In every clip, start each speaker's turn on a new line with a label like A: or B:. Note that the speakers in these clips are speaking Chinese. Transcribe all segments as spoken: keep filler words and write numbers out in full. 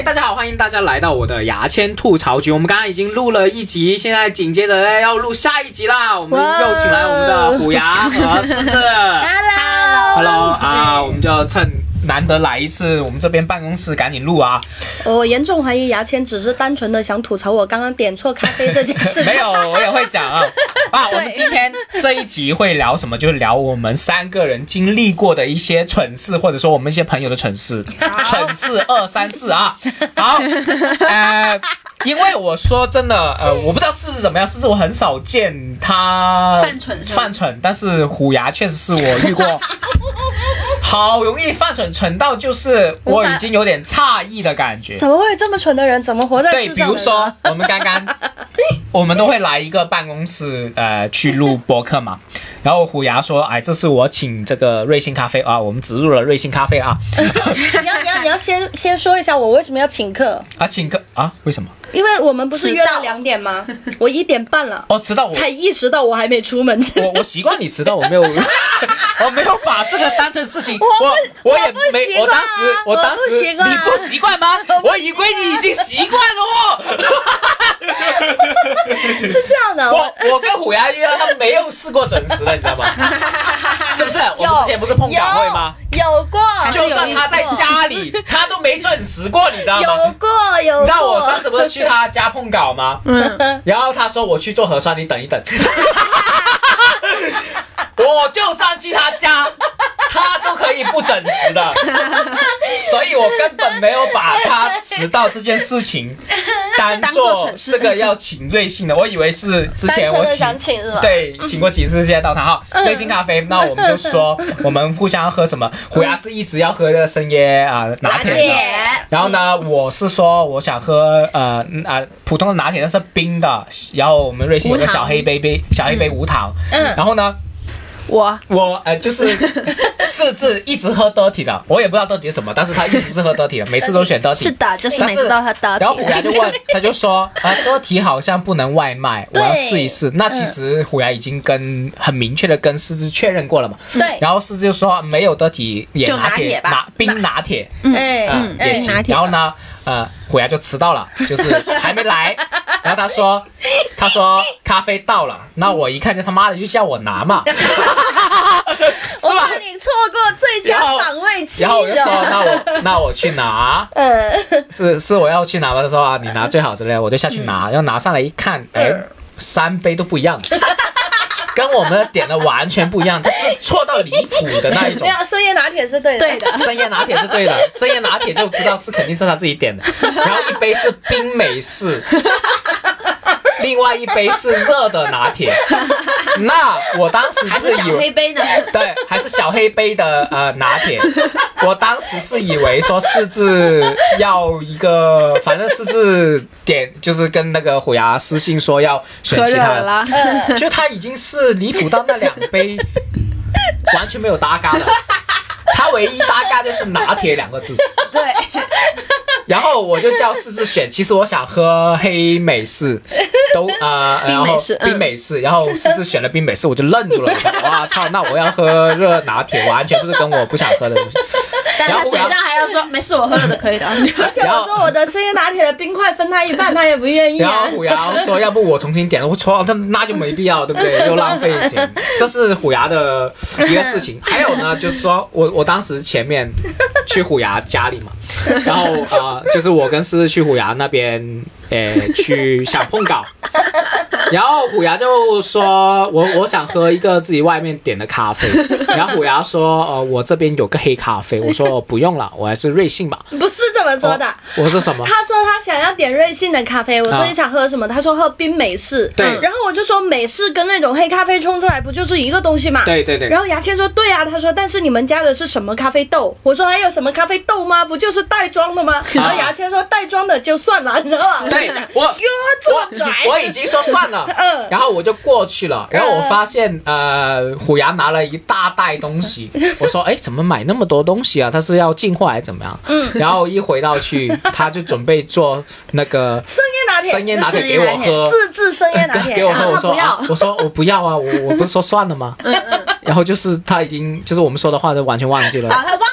A: 大家好，欢迎大家来到我的牙签吐槽局。我们刚刚已经录了一集，现在紧接着要录下一集啦。我们又请来我们的虎牙和狮子。
B: Hello
A: Hello 啊，我们就趁难得来一次，我们这边办公室赶紧录啊！
B: 我严重怀疑牙签只是单纯的想吐槽我刚刚点错咖啡这件事情。
A: 没有，我也会讲啊。啊，我们今天这一集会聊什么？就是聊我们三个人经历过的一些蠢事，或者说我们一些朋友的蠢事。蠢事二三四啊！好，呃，因为我说真的，呃，我不知道狮子怎么样，狮子我很少见他
C: 犯蠢
A: 犯蠢，但是虎牙确实是我遇过。好容易犯蠢，蠢到就是我已经有点诧异的感觉。
B: 怎么会有这么蠢的人？怎么活在世上？
A: 对，比如说我们刚刚，我们都会来一个办公室，呃，去录播客嘛。然后虎牙说：“哎，这是我请这个瑞幸咖啡啊，我们植入了瑞幸咖啡啊。”
B: 你要你要你要先先说一下我为什么要请客
A: 啊，请客啊？为什么？
B: 因为我们不是约了两点吗？我一点半了。
A: 哦，迟到我
B: 才意识到我还没出门。
A: 我我习惯你迟到，我没有，我没有把这个当成事情。我我也没，我当时我当时你不习惯吗？我以为你已经习惯了哦。
B: 是这样的，
A: 我我跟虎牙约了，他没有试过准时的，你知道吗？是不是？我们之前不是碰稿会吗？
B: 有过，
A: 就算他在家里，他都没准时过，你知道吗？
B: 有过有过。
A: 你知道我上次不是去他家碰稿吗？嗯。然后他说我去做核酸，你等一等。我就上去他家，他都可以不准时的，所以我根本没有把他迟到这件事情当做这个要请瑞幸的。我以为是之前我请，
B: 请是吧？
A: 对，请过几次，现在到他哈瑞幸咖啡，那我们就说我们互相喝什么。虎牙是一直要喝的深椰啊、呃、拿铁的，然后呢，我是说我想喝呃啊普通的拿铁，但是冰的。然后我们瑞幸有个小黑杯杯小黑杯无糖，嗯，然后呢。
C: 我
A: 我呃就是四字一直喝 dirty 的，我也不知道 dirty 是什么，但是他一直是喝 dirty 的，每次都选 dirty。
B: 是的，就是每次都喝 dirty。
A: 然后虎牙就问，他就说啊 dirty 好像不能外卖，我要试一试。那其实虎牙已经跟很明确的跟狮子确认过了嘛。
B: 对。
A: 然后狮子就说没有 dirty 也拿铁拿冰拿铁，
B: 嗯嗯
A: 也行。然后呢？呃，虎牙就迟到了，就是还没来。然后他说，他说咖啡到了，那我一看就他妈的就叫我拿嘛，是吧？
B: 我怕你错过最佳赏味期。
A: 然后我就说，那我那我去拿，嗯，是是我要去拿吗？他说啊，你拿最好之类的，我就下去拿，然后拿上来一看，哎，三杯都不一样。跟我们的点的完全不一样，它是错到离谱的那一种。
B: 没有，深椰拿铁是对的。
C: 对的，
A: 深椰拿铁是对的，深椰拿铁就知道是肯定是他自己点的。然后一杯是冰美式，另外一杯是热的拿铁。那我当时
C: 还是小黑杯的，
A: 对，还是小黑杯的呃拿铁。我当时是以为说狮子要一个，反正狮子点就是跟那个虎牙私信说要选其他的，嗯、就他已经是离谱到那两杯完全没有搭嘎的，他唯一搭嘎就是拿铁两个字。
C: 对。
A: 然后我就叫狮子选，其实我想喝黑美式，都啊、呃，然后冰美式，然后狮子选了冰美式，我就愣住了，哇操，那我要喝热拿铁，完全不是跟我不想喝的东西。
C: 但他嘴上还要说没事，我喝了的可以的。
B: 而且我说我的深椰拿铁的冰块分他一半，他也不愿意、啊。
A: 然后虎牙说要不我重新点，我说那那就没必要，对不对？又浪费钱，这是虎牙的一个事情。还有呢，就是说我我当时前面去虎牙家里嘛，然后呃，就是我跟狮子去虎牙那边。诶，去想碰稿，然后虎牙就说我我想喝一个自己外面点的咖啡，然后虎牙说呃我这边有个黑咖啡，我说不用了，我还是瑞幸吧。
B: 不是这么说的，哦、
A: 我说什么？
B: 他说他想要点瑞幸的咖啡，我说你想喝什么？啊、他说喝冰美式。
A: 对、
B: 嗯，然后我就说美式跟那种黑咖啡冲出来不就是一个东西嘛？
A: 对对对。
B: 然后牙签说对啊，他说但是你们家的是什么咖啡豆？我说还有什么咖啡豆吗？不就是袋装的吗？啊、然后牙签说袋装的就算了，你知道吗？
A: 对。我
B: 哟，这么拽！
A: 我已经说算了，嗯，然后我就过去了，然后我发现呃，虎牙拿了一大袋东西，我说哎，怎么买那么多东西啊？他是要进货还是怎么样？嗯，然后一回到去，他就准备做那个
B: 生椰拿铁，
A: 生椰拿铁给我喝，
B: 自制生椰拿铁
A: 给我喝，我说
B: 啊，
A: 我说我不要啊，我我不是说算了吗？嗯嗯，然后就是他已经就是我们说的话都完全忘记了，
C: 啊，他忘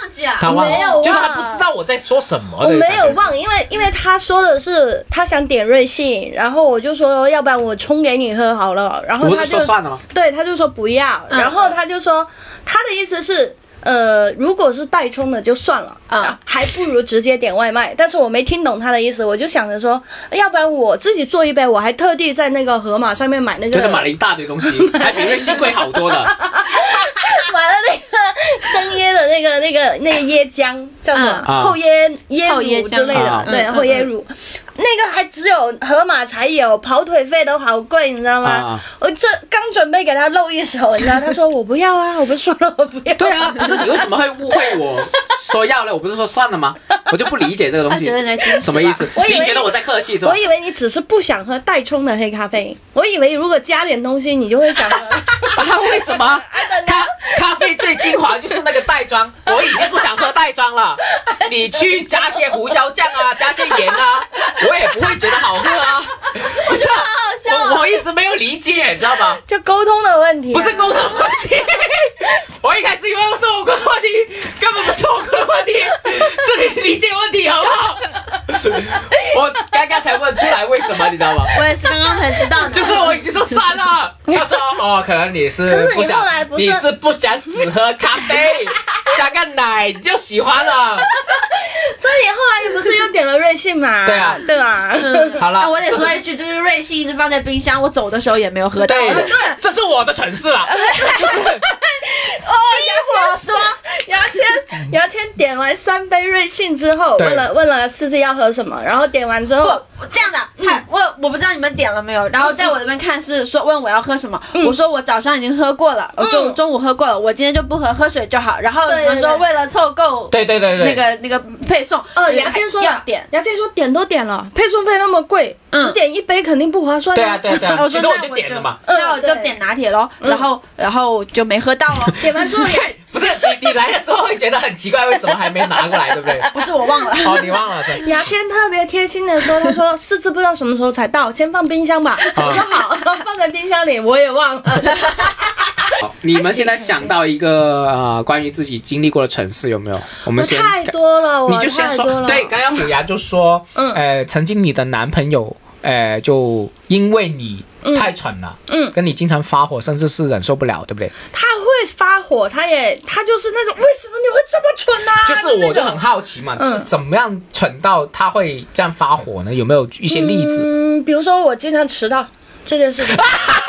C: 忘记了？
A: 他忘了，
B: 没有忘
A: 就是他不知道我在说什么。
B: 我没有忘，因为因为他说的是他想点瑞幸，然后我就说要不然我冲给你喝好了，然后
A: 我是
B: 他就
A: 说算了吗？
B: 对，他就说不要，
C: 嗯
B: 然后他就说他的意思是。呃，如果是代冲的就算了，
C: 嗯
B: 啊，还不如直接点外卖。但是我没听懂他的意思，我就想着说，要不然我自己做一杯，我还特地在那个盒马上面买那个，
A: 就是买了一大堆东西，还比瑞幸贵好多的。
B: 买了那个生椰的那个那个那个椰浆，叫什么、
A: 嗯
B: 后椰椰
C: 后椰浆
B: 乳之类的，
A: 啊
B: 对，
C: 嗯
B: 后椰乳。那个还只有盒马才有，跑腿费都好贵，你知道吗？
A: 啊
B: 我这刚准备给他露一手，你知道，他说我不要啊，我不是说了我不要。
A: 对啊，不是你为什么会误会我说要了？我不是说算了吗？我就不理解这个东西
C: 他觉得你在矜持吧
A: 什么意思？
B: 我以为
A: 你觉得我在客气是吧
B: 我？以为你只是不想喝代冲的黑咖啡，我以为如果加点东西，你就会想喝。
A: 啊，为什么？咖咖啡最精华就是那个袋装，我已经不想喝袋装了。你去加些胡椒酱啊，加些盐啊，我也不会觉得好喝啊。不是啊，我我一直没有理解，你知道吗？
B: 就沟通的问题、啊，
A: 不是沟通问题，我一开始以为是我沟通问题，根本不是我沟通问题，是你理解问题，好不好？我刚刚才问出来为什么，你知道吗？
C: 我也是刚刚才知道的。
A: 就是我已经说算了，他说哦，可能你是
B: 可是你
A: 不想
B: 后来不是
A: 你是不想只喝咖啡，加个奶你就喜欢了。
B: 所以后来你不是又点了瑞幸嘛？
A: 对啊
B: 对吧？
A: 好了，
C: 那我得
A: 这是
C: 说一句，就是瑞幸一直放在冰箱，我走的时候也没有喝到。
A: 对
C: 对，
A: 这是我的蠢事了，就是
B: 哦，牙签说，牙签牙签点完三杯瑞幸之后，
A: 对
B: 问了问了司机要喝什么，然后点完之后，
C: 不这样的，他我我不知道你们点了没有，然后在我这边看是说问我要喝什么，我说我早上已经喝过了，我中中午喝过了，我今天就不喝，喝水就好。然后你们说为了凑够
A: 对对对对，
C: 那个那个配送，
B: 哦，牙签说
C: 要点，
B: 牙签说点都点了，配送费那么贵，
C: 嗯
B: 只点一杯肯定不划算。
A: 对啊对啊对啊，
C: 我说那
A: 其实我就点了嘛。
C: 那我就点拿铁咯，然后然后就没喝到哦，
B: 点完之后，
A: 对，不是你你来的时候会觉得很奇怪，为什么还没拿过来，对不对？
C: 不是我忘了。
A: 哦，你忘了是？
B: 牙签特别贴心的说，他说四次不知道什么时候才到，先放冰箱吧。我说好，放在冰箱里，我也忘了。
A: 好，你们现在想到一个呃关于自己经历过的蠢事有没有？我们先，
B: 太多了，我
A: 你就先说。
B: 太多了。
A: 对，刚刚虎牙就说，
B: 嗯
A: 呃，曾经你的男朋友，呃，就因为你太蠢了，
B: 嗯
A: 跟你经常发火，甚至是忍受不了，对不对？
B: 他会发火，他也他就是那种为什么你会这么蠢啊？
A: 就是我就很好奇嘛，
B: 嗯
A: 是怎么样蠢到他会这样发火呢？有没有一些例子？
B: 嗯，比如说我经常迟到这件事情。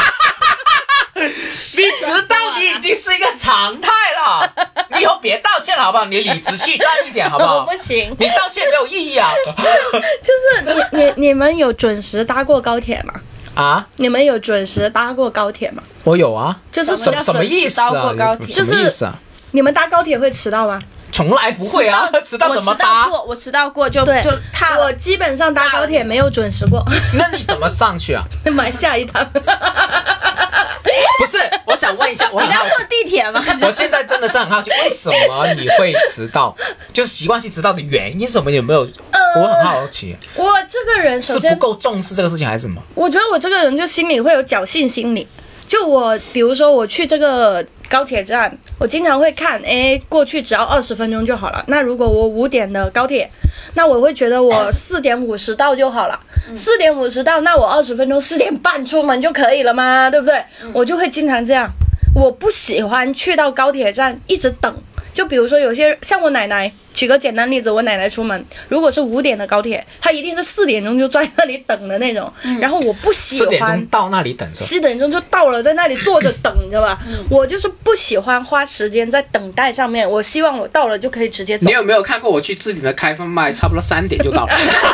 A: 你迟到，你已经是一个常态了，你以后别道歉了，好不好？你理直气壮一点，好不好？
B: 不行，
A: 你道歉没有意义啊！
B: 就是你你你们有准时搭过高铁吗？
A: 啊，
B: 你们有准时搭过高铁吗？
A: 我有啊，
B: 就是
A: 什么什么意思啊？
C: 准时搭过高铁
A: 什么意思啊？
B: 你们搭高铁会迟到吗？
A: 从来不会啊，迟到怎么
C: 我迟到
A: 搭？
C: 过，我迟到过就
B: 对
C: 就踏
B: 我
C: 了。
B: 基本上搭高铁没有准时过，
A: 那你怎么上去啊？
B: 买下一趟。
A: 不是，我想问一下，我
C: 你要坐
A: 很好奇，
C: 地铁吗？
A: 我现在真的是很好奇，为什么你会迟到？就是习惯性迟到的原因是什么？有没有？我很好奇，
B: 我这个人首
A: 是
B: 先
A: 不够重视这个事情，还是什么？
B: 我觉得我这个人就心里会有侥幸心理。就我，比如说我去这个高铁站，我经常会看，哎，过去只要二十分钟就好了。那如果我五点的高铁，那我会觉得我四点五十到就好了。四点五十到，那我二十分钟四点半出门就可以了吗？对不对？我就会经常这样。我不喜欢去到高铁站一直等。就比如说有些像我奶奶，举个简单例子，我奶奶出门，如果是五点的高铁，她一定是四点钟就在那里等的那种。然后我不喜
A: 四点
B: 欢
A: 钟到那里等着。
B: 四点钟就到了，在那里坐着等，你知道吧？我就是不喜欢花时间在等待上面，我希望我到了就可以直接走
A: 你。有没有看过我去置顶的开放麦？差不多三点就到了。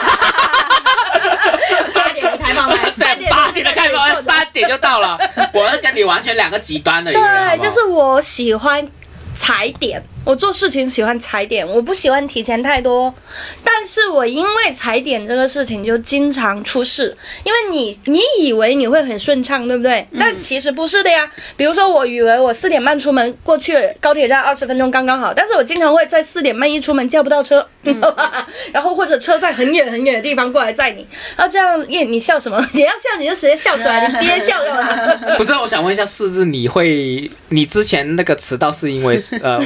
C: 八点的开放麦，三点
A: 八点的开放麦，三点就到了。我是跟你完全两个极端的一个人，好
B: 对，
A: 不好
B: 就是我喜欢踩点，我做事情喜欢踩点，我不喜欢提前太多。但是我因为踩点这个事情就经常出事，因为你你以为你会很顺畅，对不对？但其实不是的呀。比如说，我以为我四点半出门过去高铁站二十分钟刚刚好，但是我经常会在四点半一出门叫不到车，然后或者车在很远很远的地方过来载你，然后这样耶，你笑什么？你要笑你就直接笑出来，你憋笑干嘛？
A: 不是，我想问一下，四字，你会，你之前那个迟到是因为呃，会会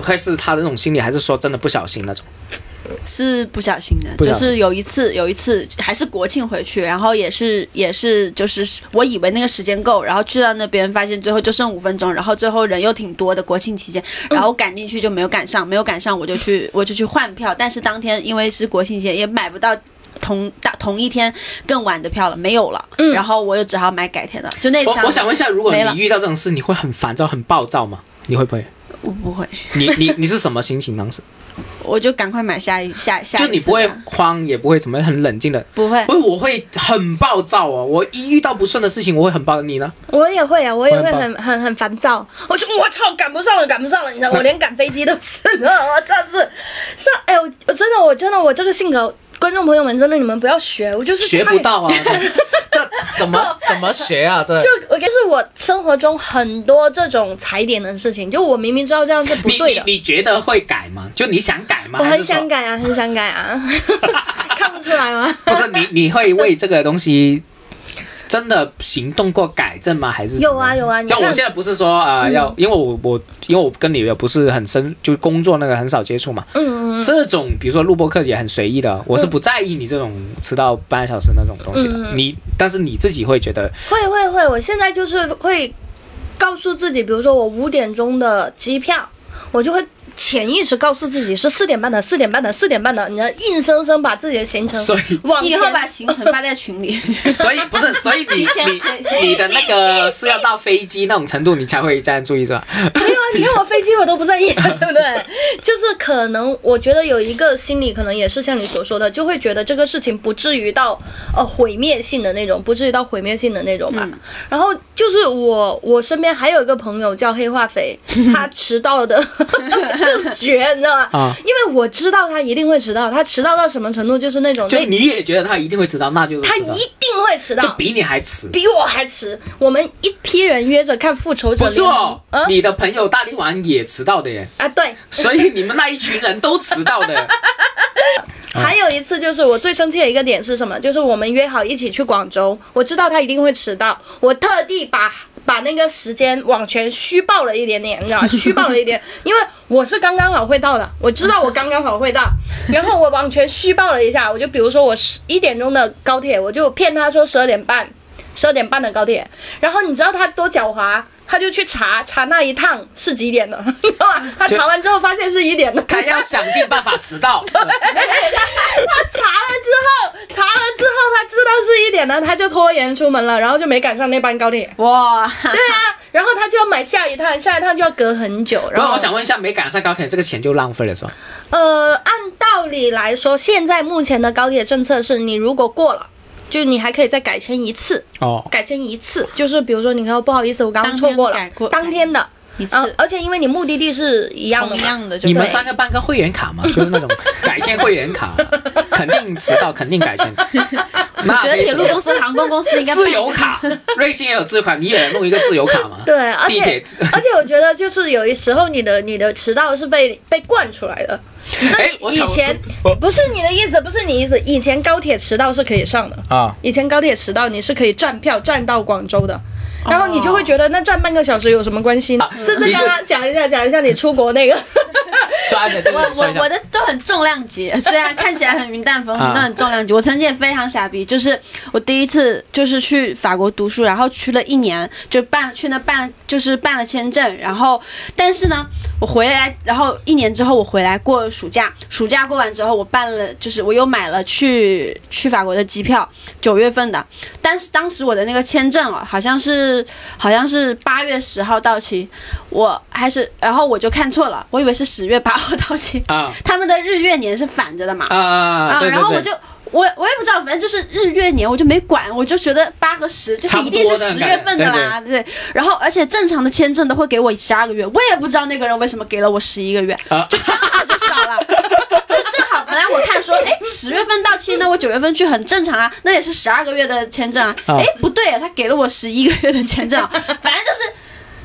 A: 愧是他的那种心理，还是说真的不小心那种？
C: 是不小心的，
A: 不小心
C: 就是有一次，有一次还是国庆回去，然后也是也是就是我以为那个时间够，然后去到那边发现最后就剩五分钟，然后最后人又挺多的，国庆期间，然后赶进去就没有赶上，没有赶上我就去我就去换票，但是当天因为是国庆节也买不到同大同一天更晚的票了，没有了，嗯、然后我就只好买改天的，就那张。
A: 我我想问一下，如果你遇到这种事，你会很烦躁、很暴躁吗？你会不会？
C: 我不会。
A: 你你你是什么心情当时？
C: 我就赶快买下一下下一次。
A: 就你不会慌，也不会怎么很冷静的。
C: 不会。
A: 因为我会很暴躁哦，我一遇到不顺的事情，我会很暴躁。你呢？
B: 我也会啊，我也会很很很烦躁。我就我操，赶不上了，赶不上了！你知道，我连赶飞机都是，你知道吗？上次上哎，我我真的我真的我这个性格。观众朋友们，真的你们不要学，我就是
A: 学不到啊！这怎么怎么学啊？这
B: 就我就是我生活中很多这种踩点的事情，就我明明知道这样是不对的。
A: 你你你觉得会改吗？就你想改吗？
B: 我很想改啊，很想改啊，看不出来吗？
A: 不是你你会为这个东西真的行动过改正吗？还是
B: 有啊有啊？
A: 就我现在不是说呃、嗯、要，因为我我因为我跟你也不是很深，就是工作那个很少接触嘛。嗯嗯。这种比如说录播课也很随意的，我是不在意你这种迟到半个小时那种东西的。嗯、你但是你自己会觉得
B: 会会会，我现在就是会告诉自己，比如说我五点钟的机票，我就会。潜意识告诉自己是四点半的，四点半的，四点半的，你要硬生生把自己的行程
A: 所以
B: 往前
C: 以后把行程发在群里。
A: 所以不是，所以你你你的那个是要到飞机那种程度，你才会这样注意是吧？
B: 没有啊，你看我飞机我都不在意，对不对？就是可能我觉得有一个心理，可能也是像你所说的，就会觉得这个事情不至于到呃毁灭性的那种，不至于到毁灭性的那种吧。嗯、然后就是我我身边还有一个朋友叫黑化肥，他迟到的。绝，你知道吗？啊，因为我知道他一定会迟到，他迟到到什么程度，就是那种，
A: 就你也觉得他一定会迟到，那就是
B: 他一定会迟到，
A: 就比你还迟，
B: 比我还迟。我们一批人约着看复仇者
A: 联盟，不是哦，嗯、你的朋友大力丸也迟到的耶。
B: 啊，对，
A: 所以你们那一群人都迟到的。
B: 还有一次就是我最生气的一个点是什么？就是我们约好一起去广州，我知道他一定会迟到，我特地把把那个时间往前虚报了一点点，你知道吗？虚报了一点，因为我是刚刚好会到的，我知道我刚刚好会到，然后我往前虚报了一下，我就比如说我十一点钟的高铁，我就骗他说十二点半，十二点半的高铁，然后你知道他多狡猾？他就去查查那一趟是几点的，你知道吗？他查完之后发现是一点的，
A: 他要想尽办法迟到。
B: 他查了之后，查了之后他知道是一点的，他就拖延出门了，然后就没赶上那班高铁。
C: 哇，
B: 对啊，然后他就要买下一趟，下一趟就要隔很久。然后
A: 我想问一下，没赶上高铁，这个钱就浪费了是吧？
B: 呃，按道理来说，现在目前的高铁政策是你如果过了。就你还可以再改签一次
A: 哦，
B: 改签一次，就是比如说你看不好意思，我刚刚错过了，
C: 过
B: 当天的
C: 一次、
B: 呃，而且因为你目的地是一样的嘛，
C: 一样的就，
A: 你们三个办个会员卡嘛，就是那种改签会员卡，肯定迟到，肯定改签。
C: 我觉得铁路公司、航空公司应该
A: 自由卡，瑞幸也有自由卡，你也弄一个自由卡嘛？
B: 对，而且
A: 地铁
B: 而且我觉得就是有时候你的你的迟到是被被惯出来的。
A: 哎，
B: 以前不是你的意思，不是你意思。以前高铁迟到是可以上的啊，以前高铁迟到你是可以站票站到广州的，然后你就会觉得那站半个小时有什么关系呢？
A: 啊、
B: 甚至刚刚讲一下讲一下你出国那个。
C: 我我我的都很重量级，虽然看起来很云淡风轻，都很重量级。我曾经也非常傻逼，就是我第一次就是去法国读书，然后去了一年，就办去那办就是办了签证，然后但是呢，我回来，然后一年之后我回来过暑假，暑假过完之后我办了，就是我又买了去去法国的机票，九月份的，但是当时我的那个签证哦，好像是好像是八月十号到期，我还是然后我就看错了，我以为是十月八号到期啊，他们的日月年是反着的嘛
A: 啊啊啊！
C: 然后我就我我也不知道，反正就是日月年，我就没管，我就觉得八和十就是一定是十月份的啦，对, 对, 对。然后而且正常的签证都会给我十二个月，我也不知道那个人为什么给了我十一个月，啊、就刚好就少了，就正好本来我看说，哎，十月份到期，那我九月份去很正常啊，那也是十二个月的签证啊，哎、啊，不对啊，他给了我十一个月的签证、啊，反正就是。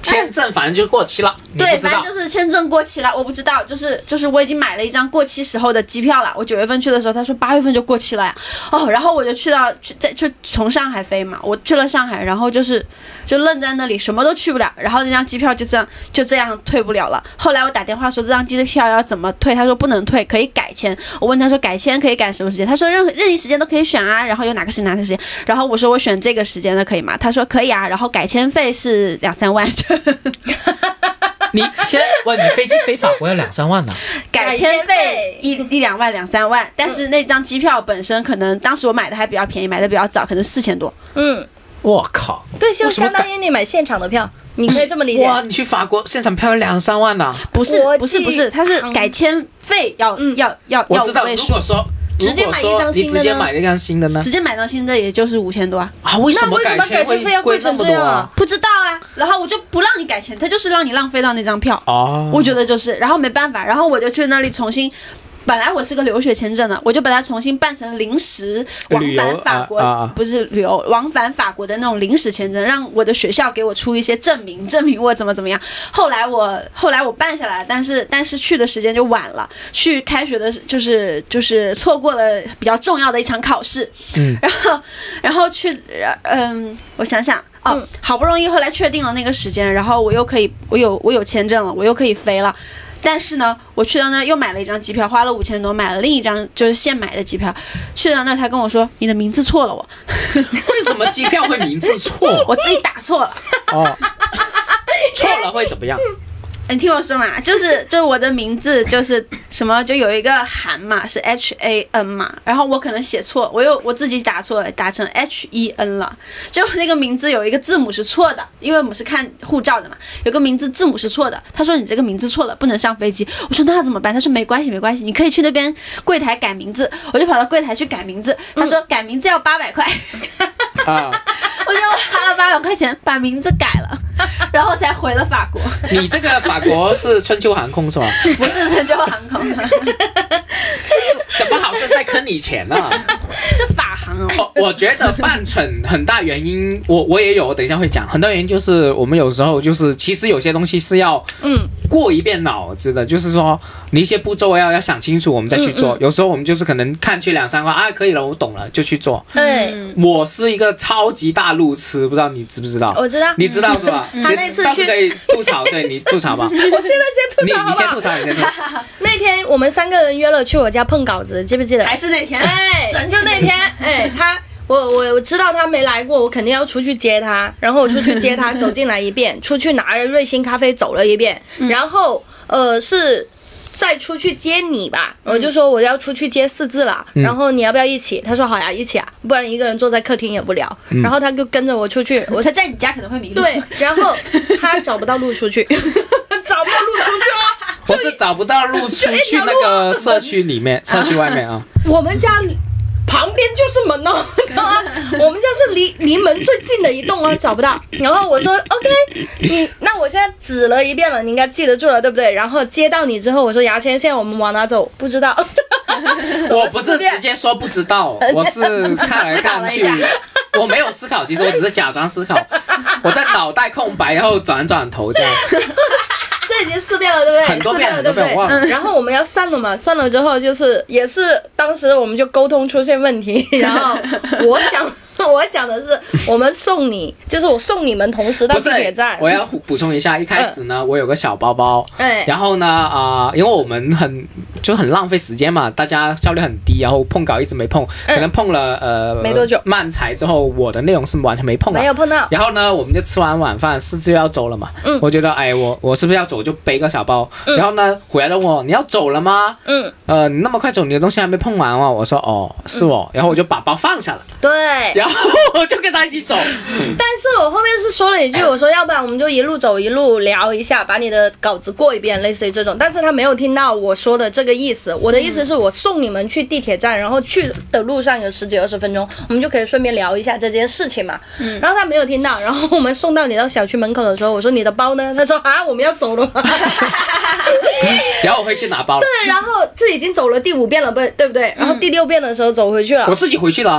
A: 签证反正就过期了，
C: 对，反正就是签证过期了，我不知道，就是就是我已经买了一张过期时候的机票了。我九月份去的时候，他说八月份就过期了呀。哦，然后我就去到去在就从上海飞嘛，我去了上海，然后就是就愣在那里，什么都去不了，然后那张机票就这样就这样退不了了。后来我打电话说这张机票要怎么退，他说不能退，可以改签。我问他说改签可以改什么时间，他说任何任意时间都可以选啊，然后有哪个是哪个时间，然后我说我选这个时间的可以吗？他说可以啊，然后改签费是两三万。
A: 你先问你飞机飞法国要两三万呢、啊，
C: 改签费一一两万两三万，但是那张机票本身可能当时我买的还比较便宜，买的比较早，可能四千多。
B: 嗯，
A: 我靠，
B: 对，就相当于你买现场的票，你可以这么理解。
A: 哇，你去法国现场票要两三万呢、啊？
C: 不是不是不是，它是改签费要、嗯、要要要五位数。
A: 如果说
B: 直接买一张新的呢？
A: 你直接买一张新的呢？
C: 直接买张新的也就是五千多啊！
A: 啊，为什么改签
B: 费要贵成这样啊？
C: 不知道啊。然后我就不让你改签，他就是让你浪费到那张票。
A: 哦，
C: 我觉得就是，然后没办法，然后我就去那里重新。本来我是个留学签证的，我就把它重新办成临时往返法国，
A: 啊啊、
C: 不是旅游，往返法国的那种临时签证，让我的学校给我出一些证明，证明我怎么怎么样。后来我后来我办下来，但是但是去的时间就晚了，去开学的就是就是错过了比较重要的一场考试，
A: 嗯，
C: 然后然后去，嗯，我想想。哦、嗯，好不容易后来确定了那个时间，然后我又可以，我有我有签证了，我又可以飞了。但是呢，我去到那又买了一张机票，花了五千多，买了另一张就是现买的机票。去到那他跟我说：“你的名字错了我。”
A: 为什么机票会名字错？
C: 我自己打错了。
A: 哦，错了会怎么样？
C: 你听我说嘛，就是就是我的名字就是什么，就有一个韩嘛，是 H A N 嘛，然后我可能写错，我又我自己打错了，打成 H E N 了，就那个名字有一个字母是错的，因为我们是看护照的嘛，有个名字字母是错的，他说你这个名字错了，不能上飞机。我说那怎么办？他说没关系没关系，你可以去那边柜台改名字。我就跑到柜台去改名字，他说改名字要八百块。
A: 啊，
C: 我就花了八百块钱把名字改了，然后才回了法国。
A: 你这个法国是春秋航空是吧？
C: 不是春秋航空，
A: 怎么好像在坑你钱呢、啊？
C: 是法航哦。
A: 我我觉得犯蠢很大原因，我我也有，等一下会讲。很大原因就是我们有时候就是其实有些东西是要嗯过一遍脑子的，就是说你一些步骤要要想清楚，我们再去做。嗯嗯有时候我们就是可能看去两三块啊，可以了，我懂了就去做。
B: 对，
A: 我是一个超级大路痴，不知道你知不知道？
B: 我知道，
A: 你知道是吧？
B: 嗯、他那次
A: 倒是可以吐槽，对你吐槽吧。
B: 我现在先吐槽好不好，
A: 你你先吐槽，你先吐槽。
B: 那天我们三个人约了去我家碰稿子，记不记得？
C: 还是那天？
B: 哎，就那天，哎，他。我我我知道他没来过，我肯定要出去接他，然后我出去接他，走进来一遍，出去拿着瑞幸咖啡走了一遍，嗯、然后呃是再出去接你吧，我就说我要出去接四字了，嗯、然后你要不要一起？他说好呀，一起啊，不然一个人坐在客厅也不聊。嗯、然后他就跟着我出去，我
C: 他在你家可能会迷路。
B: 对，然后他找不到路出去，找不到路出去啊！
A: 我是找不到路出去那个社区里面，社区外面啊。
B: 我们家旁边就是门哦，我们家是离离门最近的一栋哦，找不到。然后我说 OK， 你那我现在指了一遍了，你应该记得住了，对不对？然后接到你之后，我说牙签，现在我们往哪走？不知道。
A: 我不是直接说不知道，我是看来看去，我没有思考，其实我只是假装思考，我在脑袋空白，然后转转头这样。
B: 这已经四遍了，对不对？
A: 很多遍了，
B: 对不对？嗯。然后我们要散了嘛，散了之后就是也是当时我们就沟通出现问题，然后我想。我想的是，我们送你，就是我送你们同时到地铁站。
A: 我要补充一下，一开始呢，嗯、我有个小包包，
B: 哎，
A: 然后呢，啊、呃，因为我们很就很浪费时间嘛，大家效率很低，然后碰稿一直没碰，可能碰了呃
B: 没多久，
A: 漫才之后，我的内容是完全没碰，
B: 没有碰到。
A: 然后呢，我们就吃完晚饭，四字要走了嘛，嗯，我觉得哎，我我是不是要走就背个小包，嗯、然后呢，回来问我你要走了吗？
B: 嗯，
A: 呃，你那么快走，你的东西还没碰完哦。我说哦，是我，然后我就把包放下了，
B: 对，
A: 然后我就跟他一起走，
B: 但是我后面是说了一句，我说要不然我们就一路走一路聊一下，把你的稿子过一遍，类似于这种。但是他没有听到我说的这个意思，我的意思是我送你们去地铁站，然后去的路上有十几二十分钟，我们就可以顺便聊一下这件事情嘛。嗯、然后他没有听到，然后我们送到你到小区门口的时候，我说你的包呢？他说啊，我们要走了吗？
A: 然后我会去拿包了。
B: 对，然后这已经走了第五遍了，不对不对？然后第六遍的时候走回去了，
A: 我自己回去了。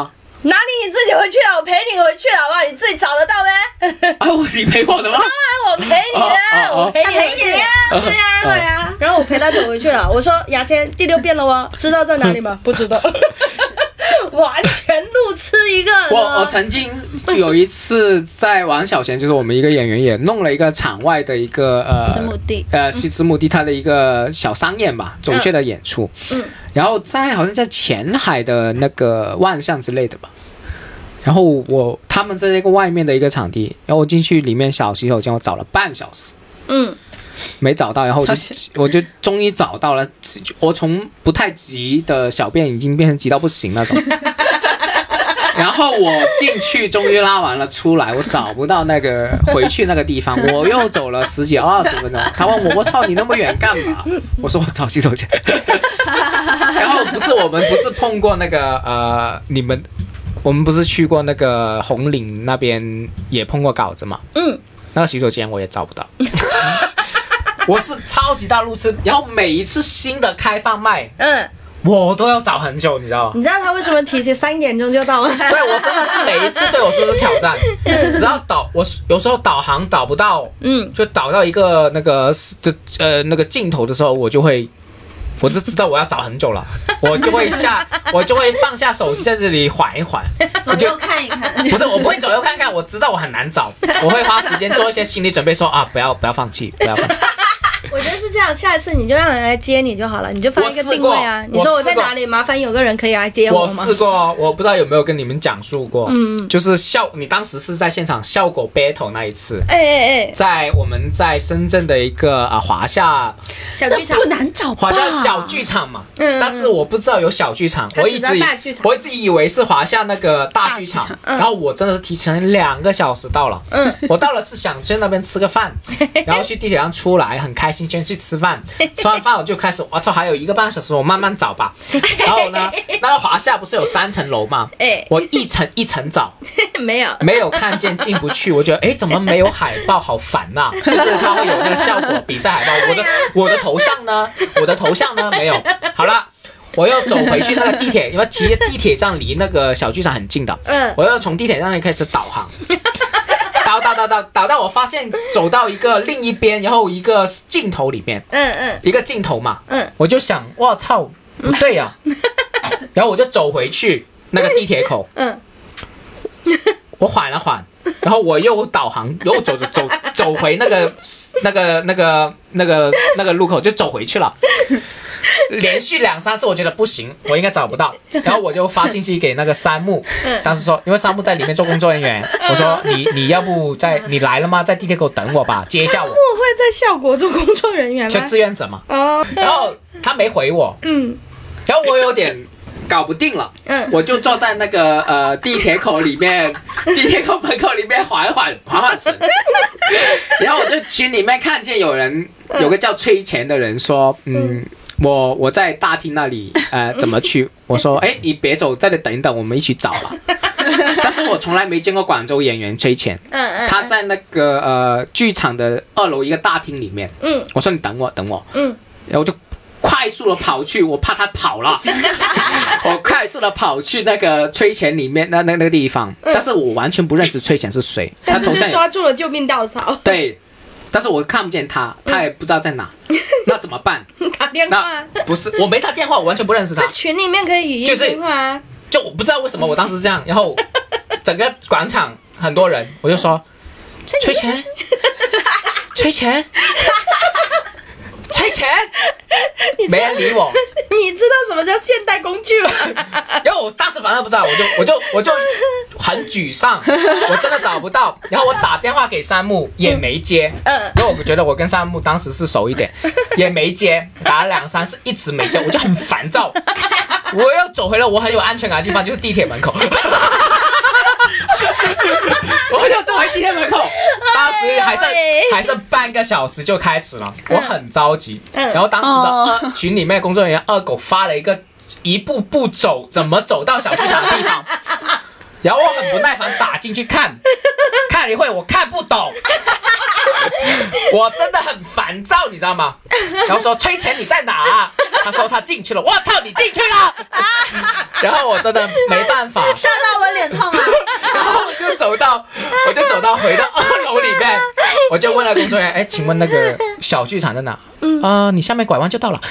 B: 哪里你自己回去啊？我陪你回去好不好？你自己找得到呗。
A: 啊，我你陪我的吗？
B: 当然我陪你啊，
A: 哦哦哦
B: 我陪你
C: 他陪你呀，对呀，对呀。
B: 然后我陪他走回去了。我说牙签第六遍了哦，知道在哪里吗？不知道。完全路痴一个。
A: 我我曾经有一次在王小贤，就是我们一个演员也弄了一个场外的一个呃
C: 子母地
A: 呃是子母地他的一个小商演吧，走穴的演出。
B: 嗯。
A: 然后在好像在前海的那个万象之类的吧。然后我他们在那个外面的一个场地，然后我进去里面小洗手间，我找了半小时。
B: 嗯。
A: 没找到，然后我就我就终于找到了。我从不太急的小便已经变成急到不行那种。然后我进去，终于拉完了出来，我找不到那个回去那个地方，我又走了十几二十分钟。他问我：“我操，你那么远干嘛？”我说：“我找洗手间。”然后不是我们不是碰过那个呃，你们我们不是去过那个红岭那边也碰过稿子嘛？
B: 嗯，
A: 那个洗手间我也找不到。我是超级大路痴，然后每一次新的开放麦，
B: 嗯，
A: 我都要找很久，你知道吗？
B: 你知道他为什么提前三点钟就到吗？
A: 对，我真的是每一次对我说是挑战，只要导我有时候导航导不到，
B: 嗯，
A: 就导到一个那个就呃那个镜头的时候，我就会。我就知道我要找很久了，我就会下，我就会放下手机在这里缓一缓，
C: 左右看一看。
A: 不是，我不会左右看看，我知道我很难找，我会花时间做一些心理准备说，说啊，不要不要放弃，不要放弃。
B: 我觉得是这样，下一次你就让人来接你就好了，你就发一个定位啊。你说我在哪里，麻烦有个人可以来接我吗？
A: 我试过，我不知道有没有跟你们讲述过，
B: 嗯，
A: 就是效，你当时是在现场效果 battle 那一次，
B: 哎哎哎，
A: 在我们在深圳的一个啊华夏
B: 小剧场，
C: 不难找吧？
A: 华夏小剧场嘛，
B: 嗯，
A: 但是我不知道有小剧场，我一直我一直以为是华夏那个大剧场，然后我真的是提前两个小时到了，嗯，我到了是想去那边吃个饭，然后去地铁上出来，很开心，先去吃饭。吃完饭我就开始，我操，还有一个半小时，我慢慢找吧。然后呢，那个华夏不是有三层楼吗？哎，我一层一层找，
B: 没有，
A: 没有看见，进不去。我觉得，哎，怎么没有海报？好烦呐！就是它会有那个效果比赛海报，我的我的头像呢？我的头像呢？没有。好了，我又走回去那个地铁，因为其实地铁站离那个小剧场很近的。嗯，我又从地铁站开始导航。导导导导导到我发现走到一个另一边，然后一个镜头里面，嗯嗯，一个镜头嘛，嗯，我就想，哇操，不对呀、啊，然后我就走回去那个地铁口，嗯，我缓了缓，然后我又导航，又走走走走回那个那个那个那个那个路口，就走回去了。连续两三次，我觉得不行，我应该找不到，然后我就发信息给那个山木，当时说，因为山木在里面做工作人员，我说你你要不在你来了吗？在地铁口等我吧，接一下我。
B: 山木会在效果做工作人员吗？
A: 就志愿者嘛。哦。然后他没回我，嗯，然后我有点搞不定了，嗯，我就坐在那个呃地铁口里面，地铁口门口里面缓缓缓缓神，然后我就群里面看见有人有个叫崔钱的人说，嗯。我我在大厅那里，呃，怎么去？我说，哎，你别走，在这等一等，我们一起找了。但是我从来没见过广州演员崔钱，嗯嗯，他在那个呃剧场的二楼一个大厅里面，嗯，我说你等我，等我，嗯，然后我就快速的跑去，我怕他跑了，我快速的跑去那个崔钱里面那那那个地方，但是我完全不认识崔钱是谁，他头像
B: 抓住了救命稻草，
A: 对。但是我看不见他，他也不知道在哪，嗯、那怎么办？
B: 打电话？
A: 不是，我没他电话，我完全不认识他。
B: 在群里面可以语音电话啊。
A: 就我不知道为什么我当时这样，然后整个广场很多人，我就说崔钱，崔钱，崔钱，没人理我。
B: 你知道什么叫现代工具吗？
A: 然后我当时反正不知道，我就我就我就很沮丧，我真的找不到。然后我打电话给山木也没接，嗯，因为我觉得我跟山木当时是熟一点，也没接，打了两三次一直没接，我就很烦躁。我又走回了我很有安全感的地方，就是地铁门口。我就走回地铁门口，当时还剩还剩半个小时就开始了，我很着急。然后当时的二群里面工作人员二狗发了一个一步步走怎么走到小剧场的地方，然后我很不耐烦打进去看，看了一会我看不懂，我真的很烦躁，你知道吗？然后说崔钱你在哪、啊？他说他进去了，我操你进去了！然后我真的没办法，
B: 吓到我
C: 很痛啊。
A: 然后我就走到，我就走到回到二楼里面，我就问了工作人员，哎，请问那个小剧场在哪？嗯，啊、呃，你下面拐弯就到了。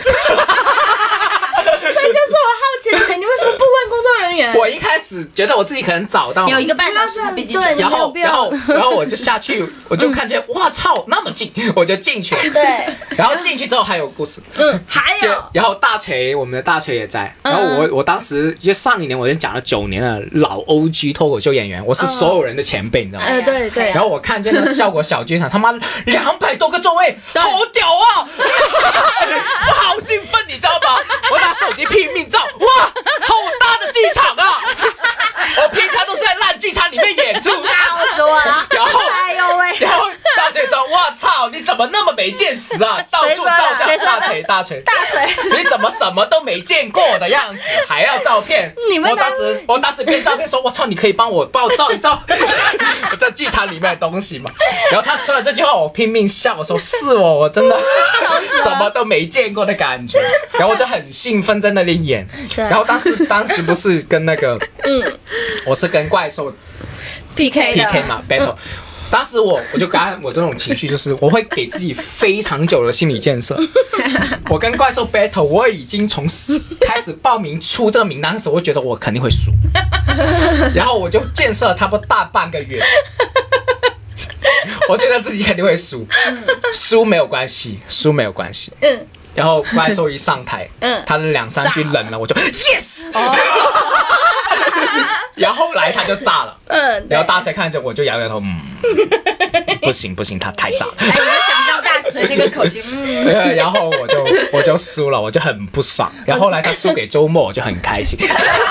B: 这就是我好奇的点，你为什么不问工作人员？
A: 我一开始觉得我自己可能找到
C: 有一个半小时，他毕竟
B: 对，
A: 然后然后然后我就下去，我就看见，哇操，那么近，我就进去。
B: 对，
A: 然后进去之后还有故事，
B: 嗯，还有，
A: 然后大锤，我们的大锤也在。然后我我当时就上一年我已经讲了九年的老 O G 脱口秀演员，我是所有人的前辈，你知道吗？
B: 呃，对对。
A: 然后我看见那效果小剧场，他妈两百多个座位，好屌啊！我好兴奋，你知道吗？我拿手机拼命照，哇，好大的剧场啊！我平常都是在烂剧场里面演出，
C: 笑死我了。
A: 然后，
C: 哎呦喂！
A: 然后大锤说：“我操，你怎么那么没见识啊？到处照相，大锤，大锤，
C: 大锤，
A: 你怎么什么都没见过的样子，还要照片？”
B: 你们
A: 我当时，我当时边照片说：“我操，你可以帮我帮我照一照我在剧场里面的东西吗？”然后他说了这句话，我拼命笑，我说：“是我，我真的什么都没见过的感觉。”然后我就很兴奋在那里演。然后当时当时不是跟那个，嗯，我是跟怪兽
B: P K
A: P K 嘛 battle。当时我我就刚刚我这种情绪就是我会给自己非常久的心理建设。我跟怪兽 battle， 我已经从开始报名出这个名单的时候，我觉得我肯定会输，然后我就建设了差不多大半个月。我觉得自己肯定会输，输没有关系，输没有关系。嗯。然后怪兽一上台，嗯，他的两三句冷了，我就 yes。哦。然后后来他就炸了，嗯，然后大家看着我就摇摇头，嗯，不行不行，他太炸了。
C: 哎，我就想象大锤那个口型，嗯。
A: 对，然后我就我就输了，我就很不爽。然后后来他输给周末，我就很开心。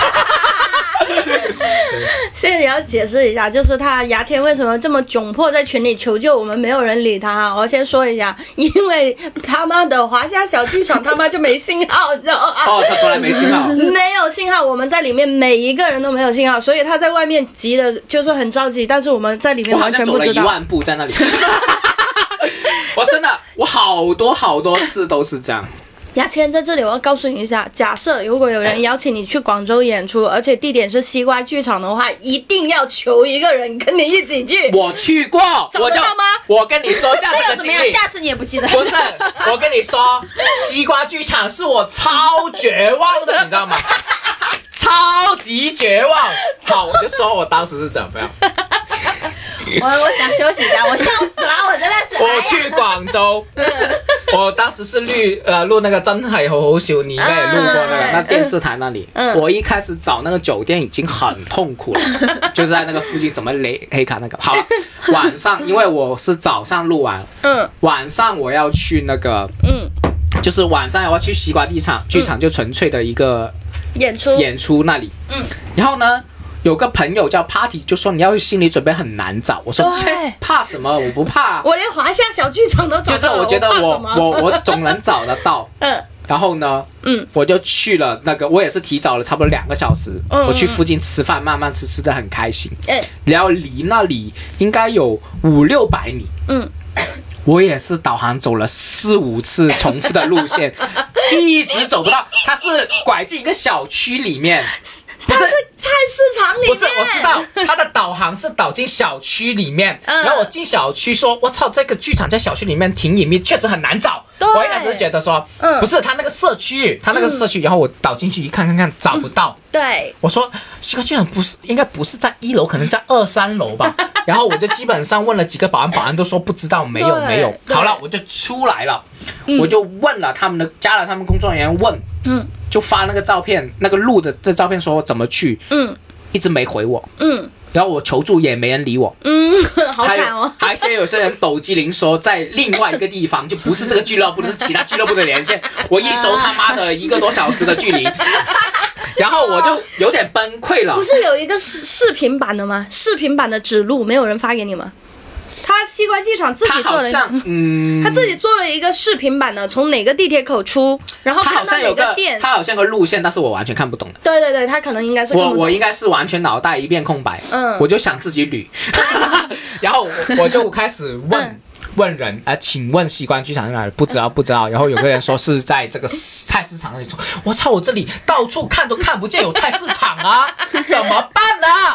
B: 现在你要解释一下，就是他牙签为什么这么窘迫在群里求救，我们没有人理他。我先说一下，因为他妈的华夏小剧场他妈就没信号，你知道吗？
A: 哦，他从来没信号，
B: 没有信号，我们在里面每一个人都没有信号，所以他在外面急的就是很着急，但是我们在里面完全不知道。
A: 我好像走了一万步在那里。我真的，我好多好多次都是这样。
B: 牙签在这里，我要告诉你一下，假设如果有人邀请你去广州演出，而且地点是西瓜剧场的话，一定要求一个人跟你一起去。
A: 我去过，
B: 找得到吗？
A: 我跟你说下这个经历，
C: 那又怎么样？下次你也不记得？
A: 不是，我跟你说，西瓜剧场是我超绝望的，你知道吗？超级绝望。好，我就说我当时是怎么样。
C: 我我想休息一下，我笑死了，我真的是。
A: 我去广州，我当时是录呃录那个真係好好笑，你应该也录过那个、嗯、那电视台那里、嗯。我一开始找那个酒店已经很痛苦了，就是在那个附近什么雷黑卡那个。好了，晚上因为我是早上录完，嗯，晚上我要去那个，嗯，就是晚上我要去西瓜剧场，剧场就纯粹的一个
B: 演出
A: 演出那里，嗯，然后呢？有个朋友叫 Party 就说你要心理准备很难找，我说切怕什么？我不怕，
B: 我连华夏小剧场都找到了，
A: 就是我觉得我我我总能找得到。嗯，然后呢，嗯，我就去了那个，我也是提早了差不多两个小时，嗯、我去附近吃饭，慢慢吃，吃得很开心。哎，然后离那里应该有五六百米。嗯。我也是导航走了四五次重复的路线，一直走不到。它是拐进一个小区里面，
B: 不是菜市场里面。
A: 不是，我知道它的导航是导进小区里面。嗯、然后我进小区说：“我操，这个剧场在小区里面挺隐秘，确实很难找。”我一开始觉得说，嗯、不是它那个社区，它那个社区，嗯、然后我导进去一看看看，找不到。
B: 嗯、对，
A: 我说西瓜剧场不是，应该不是在一楼，可能在二三楼吧。然后我就基本上问了几个保安，保安都说不知道，没有没有。好了，我就出来了，嗯、我就问了他们的，加了他们工作人员问，嗯，就发那个照片，那个路的这照片说怎么去，嗯，一直没回我，嗯，然后我求助也没人理我，
B: 嗯，好惨哦。
A: 还先有些人抖机灵说在另外一个地方，就不是这个俱乐部，是其他俱乐部的连线。我一搜他妈的一个多小时的距离。然后我就有点崩溃了。
B: 不是有一个视视频版的吗？视频版的指路没有人发给你吗？他西瓜剧场自己做了，嗯，他自己做了一个视频版的，从哪个地铁口出，然后看到哪个店，
A: 他好像有个路线，但是我完全看不懂的。
B: 对对对，他可能应该是看不懂。
A: 我我应该是完全脑袋一片空白，嗯，我就想自己捋，然后我就开始问。嗯问人啊、呃，请问西关剧场在哪里？不知道，不知道。然后有个人说是在这个菜市场那里。我操，我这里到处看都看不见有菜市场啊，怎么办呢、啊？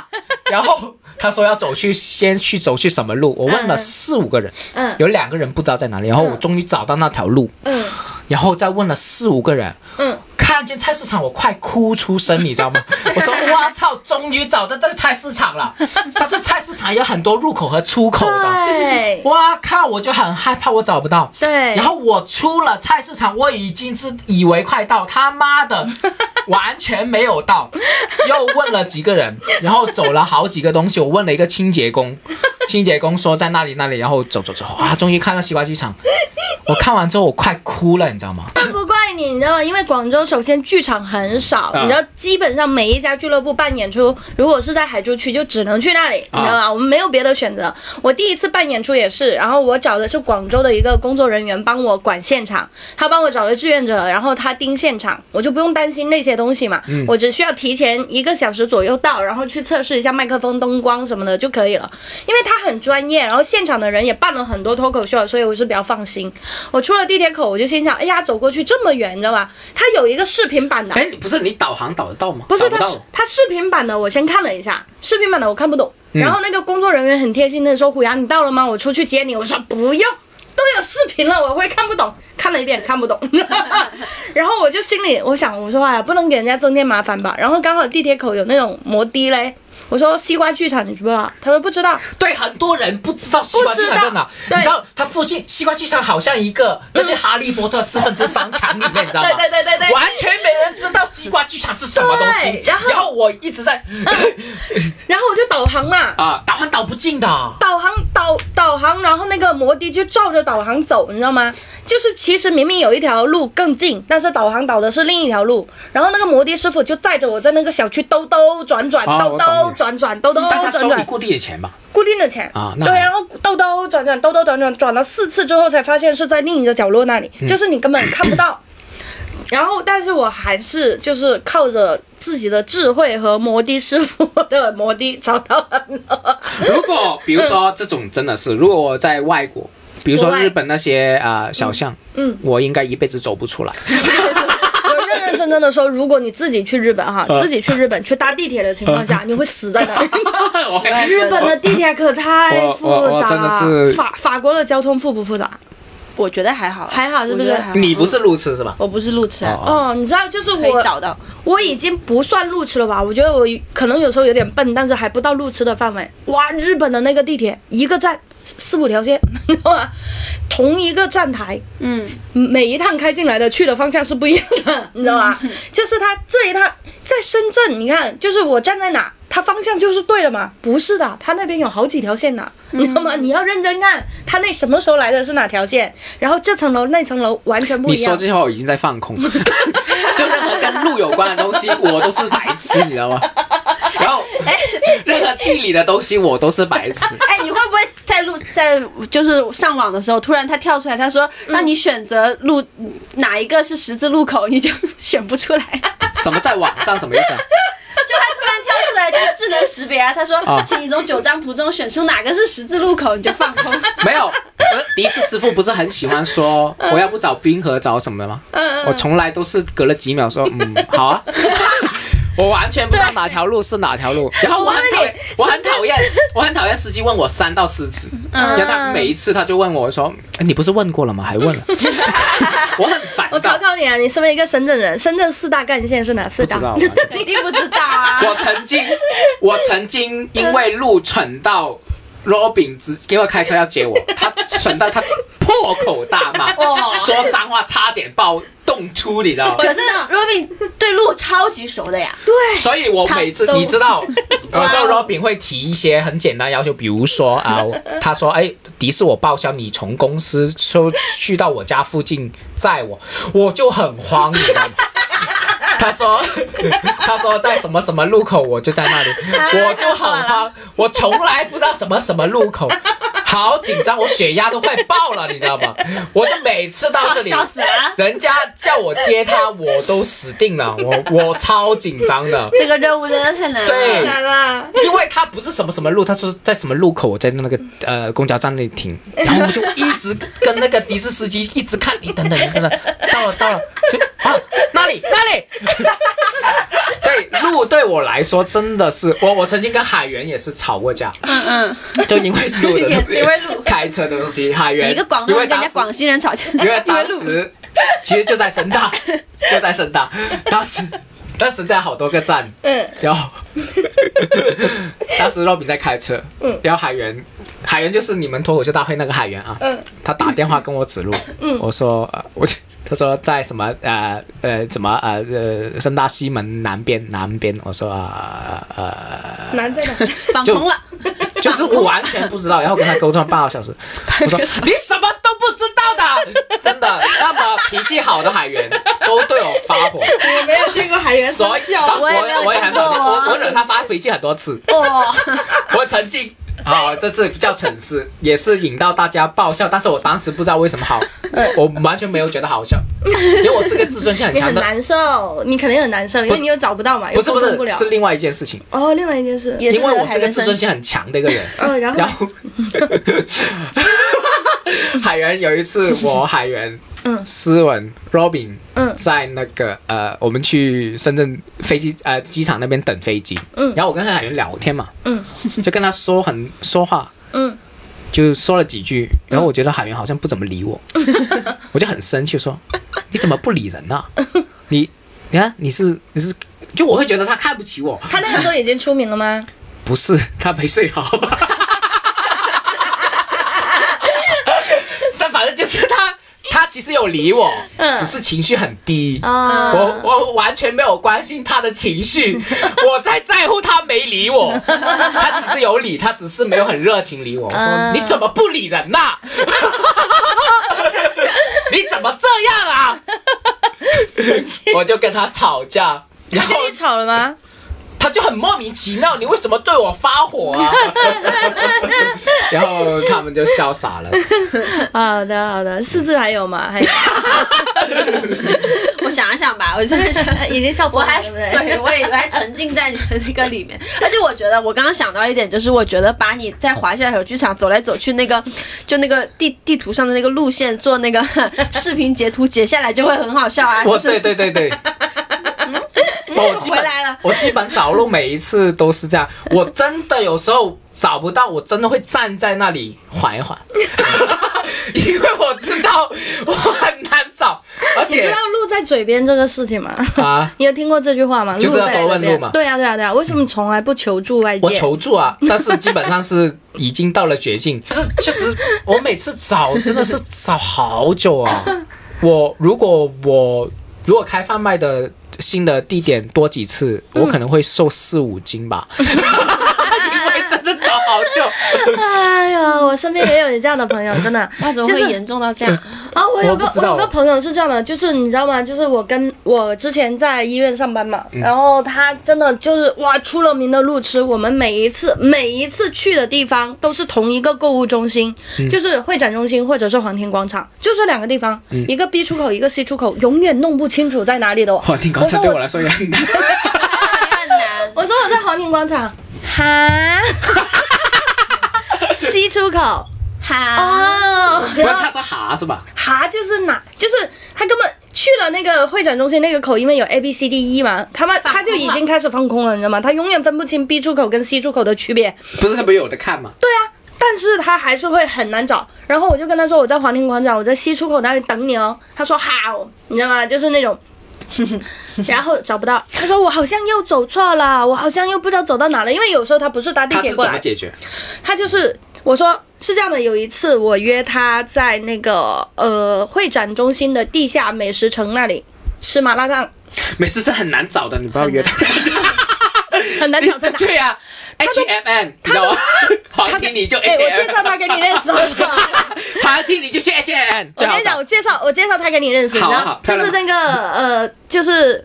A: 然后他说要走去先去走去什么路，我问了四五个人，
B: 嗯，
A: 有两个人不知道在哪里，然后我终于找到那条路，
B: 嗯，
A: 然后再问了四五个人，
B: 嗯。
A: 看见菜市场，我快哭出声，你知道吗？我说哇操，终于找到这个菜市场了。但是菜市场有很多入口和出口的，
B: 对，
A: 哇靠，我就很害怕我找不到。
B: 对，
A: 然后我出了菜市场，我已经是以为快到，他妈的完全没有到。又问了几个人，然后走了好几个东西，我问了一个清洁工，清洁工说在那里那里，然后走走走，哇，终于看到西瓜剧场。我看完之后我快哭了，你知道吗？
B: 不怪你，你知道吗？因为广州首先剧场很少，
A: 啊、
B: 你知道，基本上每一家俱乐部办演出，如果是在海珠区，就只能去那里，你知道吗？啊、我们没有别的选择。我第一次办演出也是，然后我找的是广州的一个工作人员帮我管现场，他帮我找了志愿者，然后他盯现场，我就不用担心那些东西嘛，嗯、我只需要提前一个小时左右到，然后去测试一下麦克风、灯光什么的就可以了。因为他很专业，然后现场的人也办了很多脱口秀，所以我是比较放心。我出了地铁口，我就心想，哎呀，走过去这么远，你知道吧？它有一个视频版的。
A: 哎，不是你导航导得到吗？
B: 不是，它是它视频版的，我先看了一下，视频版的我看不懂。
A: 嗯、
B: 然后那个工作人员很贴心的说：“虎牙，你到了吗？我出去接你。”我说：“不用，都有视频了，我会看不懂。”看了一遍看不懂，然后我就心里我想，我说哎呀，不能给人家增添麻烦吧。然后刚好地铁口有那种摩的嘞。我说西瓜剧场你知不知道？他说不知道。
A: 对，很多人不知道西瓜剧场在哪。你知道它附近西瓜剧场好像一个那些哈利波特四分之三墙里面，你知道吗？
B: 对对对对对，
A: 完全没人知道西瓜剧场是什么东西。
B: 然后
A: 然后我一直在，
B: 然后我就导航嘛，
A: 啊，导航导不进的。
B: 导航导导航，然后那个摩的就照着导航走，你知道吗？就是其实明明有一条路更近，但是导航导的是另一条路，然后那个摩的师傅就载着我在那个小区兜兜转转，
A: 啊、
B: 兜兜转转，兜兜转转。
A: 但他收你固定的钱吧？
B: 固定的钱
A: 啊，
B: 对，然后兜兜转转，兜兜转转，转了四次之后才发现是在另一个角落那里，嗯、就是你根本看不到。然后，但是我还是就是靠着自己的智慧和摩的师傅的摩的找到了。
A: 如果比如说这种真的是，如果我在外国。比如说日本那些啊、呃、小巷，嗯，我应该一辈子走不出来。
B: 我认认真真的说，如果你自己去日本哈，自己去日本去搭地铁的情况下，你会死在那里。日本的地铁可太复杂了，法法国的交通复不复杂？
C: 我觉得还好，
B: 还好是不是？
A: 你不是路痴是吧？
C: 我不是路痴。
B: 哦，你知道，就是我
C: 可以找到，
B: 我已经不算路痴了吧？我觉得我可能有时候有点笨，但是还不到路痴的范围。哇，日本的那个地铁一个站。四五条线，你知道吗？同一个站台，嗯，每一趟开进来的去的方向是不一样的，你知道吧？嗯、就是它这一趟在深圳，你看，就是我站在哪，它方向就是对的嘛？不是的，它那边有好几条线呢，嗯、你知道吗？你要认真看，它那什么时候来的是哪条线，然后这层楼那层楼完全不一样。
A: 你说这些话我已经在放空，就任何跟路有关的东西，我都是白痴，你知道吗？然后，哎，任何地理的东西我都是白痴。
C: 哎，你会不会在路在就是上网的时候，突然他跳出来，他说让你选择路、嗯、哪一个是十字路口，你就选不出来。
A: 什么在网上什么意思啊？
C: 就他突然跳出来，就智能识别啊，他说，哦、请你从九张图中选出哪个是十字路口，你就放空。
A: 没有，迪士师傅不是很喜欢说，我要不找冰河找什么的吗？我从来都是隔了几秒说，嗯，好啊。我完全不知道哪条路是哪条路，然后我很讨厌，我很讨厌，我很讨厌司机问我三到四次，然后他每一次他就问我说：“你不是问过了吗？还问了。”我很烦。
B: 我考考你啊，你身为一个深圳人，深圳四大干线是哪四大？
A: 不知道，
C: 肯定不知道啊。
A: 我曾经，我曾经因为路蠢到。Robin 只给我开车要接我，他蠢到他破口大骂，哦、说脏话，差点爆动粗，你知道吗？
C: 可是 Robin 对路超级熟的呀。
B: 对，
A: 所以我每次你知道，有时候 Robin 会提一些很简单要求，比如说啊，他说，哎，迪士我报销你从公司说去到我家附近载我，我就很慌，你知道吗？他说，他说在什么什么路口，我就在那里，我就很慌，我从来不知道什么什么路口， 好紧张，我血压都快爆了，你知道吗？我就每次到这里，
C: 笑死了，
A: 人家叫我接他，我都死定了，我我超紧张的。
C: 这个任务真的太难了，
A: 对，
B: 难了，
A: 因为他不是什么什么路，他说在什么路口，我在那个呃公交站那里停，然后我就一直跟那个的士司机一直看，你等等，你等等，到了到了，就啊哪里哪里？对，路对我来说真的是，我我曾经跟海源也是吵过架，
C: 嗯嗯，
A: 就因为路的东西，
C: 也是因为路
A: 开车的东西，海源
C: 一个广东人跟人家广西人吵架，
A: 因为当时其实就在深大，就在深大，当时当时在好多个站，
B: 嗯，
A: 然后当时肉饼在开车，嗯，然后海源，海源就是你们脱口秀大会那个海源啊，
B: 嗯，
A: 他打电话跟我指路，嗯，我说呃我他说在什么呃呃什么呃呃深大西门南边南边，我说呃呃
B: 难在哪？
C: 放空了。
A: 就是我完全不知道，然后跟他沟通了半个小时，我说你什么都不知道的，真的，那么脾气好的海员都对我发火，
B: 我没有见过海员生
A: 所以
B: 气
A: 我
C: 我也没有
A: 我也很少见，
C: 见过
A: 我我惹他发脾气很多次，
C: 哇，
A: 我曾经。好，这次比较蠢事，也是引到大家爆笑，但是我当时不知道为什么好，我完全没有觉得好笑，因为我是个自尊心很强的。
B: 你很难受，你肯定很难受，因为你又找不到嘛，
A: 不是不是
B: 又沟通不了。
A: 是另外一件事情。
B: 哦，另外一件事，
C: 也是
A: 因为我是个自尊心很强的一个人。
B: 嗯，然后
A: 然后海源有一次，我海源、
B: 嗯
A: 思文、Robin，
B: 嗯
A: 在那个呃，我们去深圳飞机呃机场那边等飞机，
B: 嗯
A: 然后我跟海源聊天嘛，
B: 嗯
A: 就跟他说很说话，
B: 嗯
A: 就说了几句，然后我觉得海源好像不怎么理我，我就很生气，说你怎么不理人啊？你你看你是你是，就我会觉得他看不起我，
B: 他那个时候已经出名了吗？
A: 不是他没睡好。但反正就是他，他其实有理我，
B: 嗯
A: 只是情绪很低。
B: 啊
A: 我我完全没有关心他的情绪，我在在乎他没理我。他其实有理，他只是没有很热情理我。我说、
B: 嗯
A: 你怎么不理人呐、你怎么这样啊？我就跟他吵架，然后
B: 跟你吵了吗？
A: 他就很莫名其妙，你为什么对我发火啊？然后他们就笑傻了。
B: 好的好的，四字还有吗？还有，
C: 我想一想吧，我真的是
B: 已经笑
C: 我还
B: 疯了，对不对？
C: 对我也我还沉浸在你的那个里面，而且我觉得我刚刚想到一点，就是我觉得把你在华夏小剧场走来走去那个，就那个地地图上的那个路线做那个视频截图截下来就会很好笑啊！
A: 我
C: 就是
A: 对对对对。我基本
C: 回来了
A: 我基本找路每一次都是这样，我真的有时候找不到，我真的会站在那里缓一缓，因为我知道我很难找，而
B: 你知
A: 且
B: 道路在嘴边这个事情吗？
A: 啊，
B: 你有听过这句话吗？
A: 就是要
B: 路在嘴边
A: 多问路嘛
B: 对啊对啊对啊，为什么从来不求助外界？
A: 我求助啊，但是基本上是已经到了绝境。就是确实，我每次找真的是找好久啊。我如果我如果开贩卖的新的地点多几次，我可能会瘦四五斤吧。因为真的找好久。
B: 哎呀，我身边也有你这样的朋友，真的。
C: 那怎么会
B: 就是
C: 严重到这样？
B: 啊，我有个
A: 我不知道
B: 我有个朋友是这样的，就是你知道吗？就是我跟我之前在医院上班嘛，
A: 嗯
B: 然后他真的就是哇出了名的路痴，我们每一次每一次去的地方都是同一个购物中心，
A: 嗯
B: 就是会展中心或者是皇庭广场，就这两个地方，
A: 嗯
B: 一个 B 出口，一个 C 出口，永远弄不清楚在哪里的。
A: 皇庭广场对我来说也很难。
C: 也很难。
B: 我说我在皇庭广场，哈，C 出口。
C: 好，
B: 哦，
A: 不是
B: 然后
A: 他说哈是吧？
B: 哈就是哪，就是他根本去了那个会展中心那个口，因为有 A B C D E 嘛，他们
C: 放空了
B: 他就已经开始放空了，你知道吗？他永远分不清 B 出口跟 C 出口的区别。
A: 不是他不是有的看吗？
B: 对啊，但是他还是会很难找。然后我就跟他说我在皇庭广场，我在 C 出口那里等你哦。他说好，你知道吗？就是那种。然后找不到，他说我好像又走错了，我好像又不知道走到哪了，因为有时候他不是搭地
A: 他是
B: 铁过来，
A: 怎么解决？
B: 他就是我说是这样的，有一次我约他在那个呃会展中心的地下美食城那里吃麻辣烫，
A: 美食是很难找的，你不要约他。
B: 很难找在哪。
A: 对呀，H M N， 你知道吗？黄听你就 H
B: 哎，我
A: M
B: 介绍他给你认识好不好？
A: 黄听你就去 H M N。
B: 我跟你讲，我介绍我介绍他给你认识，你知道
A: 好好，漂亮
B: 就是那个呃，就是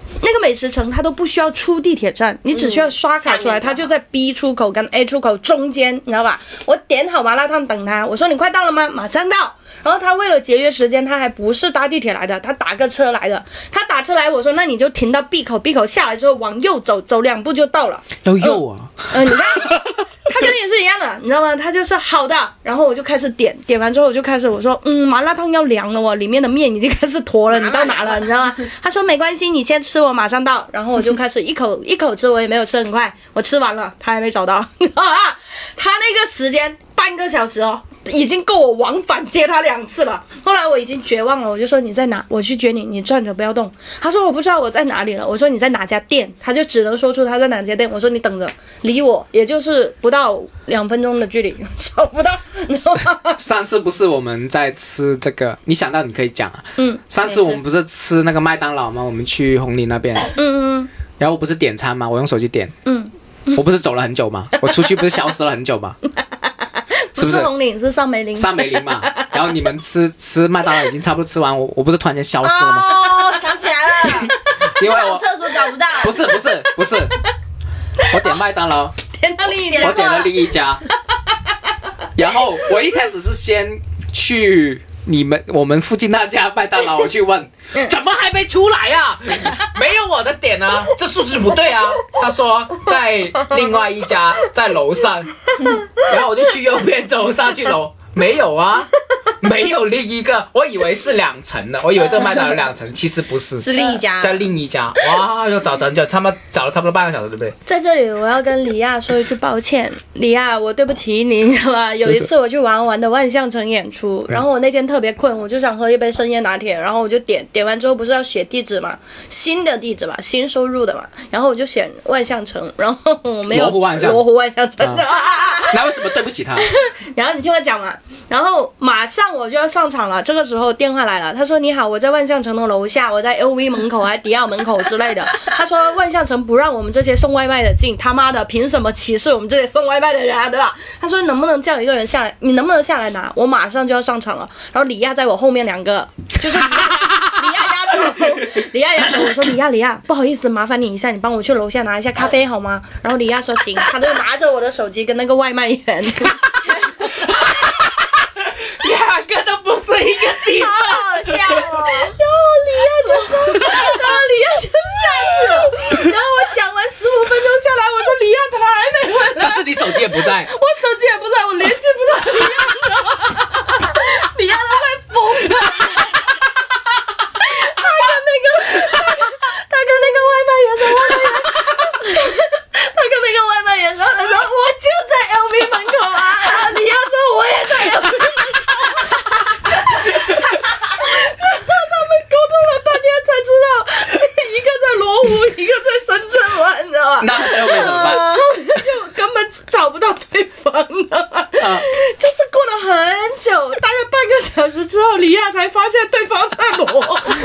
B: 那个美食城它都不需要出地铁站，你只需要刷卡出来，它就在 B 出口跟 A 出口中间，你知道吧？我点好麻辣烫等他，我说你快到了吗？马上到。然后他为了节约时间，他还不是搭地铁来的，他打个车来的。他打车来，我说那你就停到 B 口 ，B 口下来之后往右走，走两步就到了。
A: 要右啊？
B: 呃，呃你看，他跟你也是一样的，你知道吗？他就是好的。然后我就开始点，点完之后我就开始我说，嗯，麻辣烫要凉了哦，里面的面已经开始坨了，你到哪了？你知道吗？他说没关系，你先吃，我马上到。然后我就开始一口一口吃，我也没有吃很快，我吃完了，他还没找到。他那个时间半个小时哦，已经够我往返接他两次了。后来我已经绝望了，我就说你在哪？我去接你，你站着不要动。他说我不知道我在哪里了。我说你在哪家店？他就只能说出他在哪家店。我说你等着，离我也就是不到两分钟的距离，找不到。你说
A: 上次不是我们在吃这个，你想到你可以讲啊。
B: 嗯，
A: 上次我们不是吃那个麦当劳吗？我们去红林那边。
B: 嗯嗯。
A: 然后我不是点餐吗？我用手机点。
B: 嗯。
A: 我不是走了很久吗？我出去不是消失了很久吗？
B: 不是红岭，是上梅林。
A: 上梅林嘛。然后你们吃吃麦当劳已经差不多吃完，我我不是突然间消失了吗？
C: 哦，想起来了，
A: 因为我
C: 厕所找不到。
A: 不是不是不是，我点麦当劳，
B: 点到另一家，
A: 我点了另一家。然后我一开始是先去你们我们附近那家麦当劳，我去问怎么还没出来啊？没有我的点啊，这数字不对啊。他说在另外一家，在楼上，然后我就去右边走上去楼，没有啊，没有另一个，我以为是两层的，我以为这个麦当劳有两层，其实不是，
C: 是另一家，
A: 在另一家。哇，又找很久，他们找了差不多半个小时，对不对？
B: 在这里我要跟李亚说一句抱歉，李亚，我对不起你，你知道吗？有一次我去玩玩的万象城演出，然后我那天特别困，我就想喝一杯深夜拿铁，然后我就点，点完之后不是要写地址嘛，新的地址嘛，新收入的嘛，然后我就选万象城，然后我没有
A: 罗湖万象，
B: 罗湖万象城，
A: 啊、那为什么对不起他？
B: 然后你听我讲嘛，然后马上我就要上场了，这个时候电话来了，他说你好，我在万象城的楼下，我在 L V 门口还是迪奥门口之类的。他说万象城不让我们这些送外卖的进，他妈的凭什么歧视我们这些送外卖的人啊，对吧？他说能不能叫一个人下来，你能不能下来拿？我马上就要上场了。然后李亚在我后面两个，就是李亚李亚压轴，李亚压轴。我说李亚李亚，不好意思，麻烦你一下，你帮我去楼下拿一下咖啡好吗？然后李亚说行，他就拿着我的手机跟那个外卖员。
A: 两个都不是一个地方，
B: 好好笑哦。然后李亚就说，然后李亚就下去了。然后我讲完十五分钟下来，我说李亚怎么还没回来？
A: 但是你手机也不在，
B: 我手机也不在，我联系不到李亚，李亚都快疯了。他跟那个，他跟那个外卖员的外卖员，他跟那个外卖员说，他说我就在 L V 门口啊。然后李亚说我也在 L V 门口。一个在深圳玩，你知道吗？
A: 那最后面怎么办？
B: 就根本找不到对方了，啊、就是过了很久，大概半个小时之后，李亚才发现对方在罗。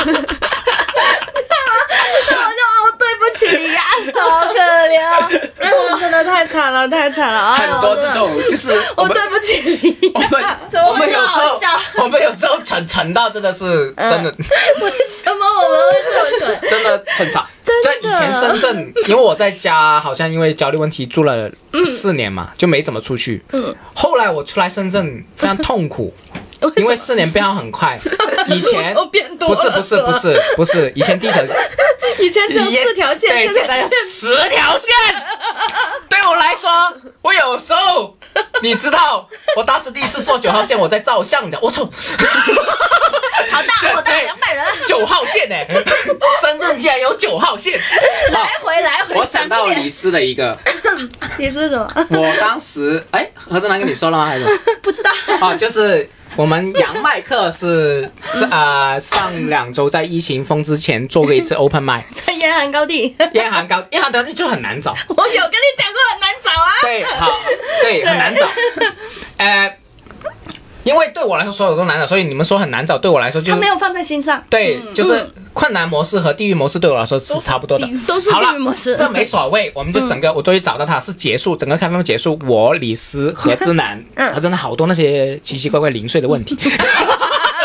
B: 然后我就哦，对不起李亚，好可怜，真的太惨了，太惨了。
A: 很多这种就是
B: 我对不起李亚，
A: 我们我们有时候我们有时候蠢蠢到真的是真的。
B: 为什么我们会这么蠢？
A: 真的很惨。在以前深圳，因为我在家好像因为焦虑问题住了四年嘛，嗯、就没怎么出去。嗯。后来我出来深圳非常痛苦，因为四年变化很快。以前不是不是不是不是，以前地铁
B: 以前只有四条线，
A: 对，现在有十条线。对我来说，我有时候你知道，我当时第一次坐九号线，我在照相的，我操！
C: 好大好大，两百人。
A: 九号线哎、欸，深圳竟然有九号线，
C: 来回来回。
A: 我想到李斯的一个，
B: 李斯什么？
A: 我当时哎，何志南跟你说了吗？还是
C: 不知道
A: 啊？就是我们杨麦克是是啊、呃，上两周在疫情封之前做过一次 open mic，
B: 在燕涵高地。
A: 燕涵高燕涵高地就很难找。
B: 我有跟你讲过很难找啊。
A: 对，好，对，很难找。呃。因为对我来说所有都难找，所以你们说很难找，对我来说就是他
B: 没有放在心上。
A: 对，嗯、就是困难模式和地狱模式对我来说是差不多的，
B: 都是地狱模式。
A: 这没所谓，我们就整个、嗯、我终于找到它是结束，整个开放结束。我李斯何之南，嗯，他真的好多那些奇奇怪怪零碎的问题。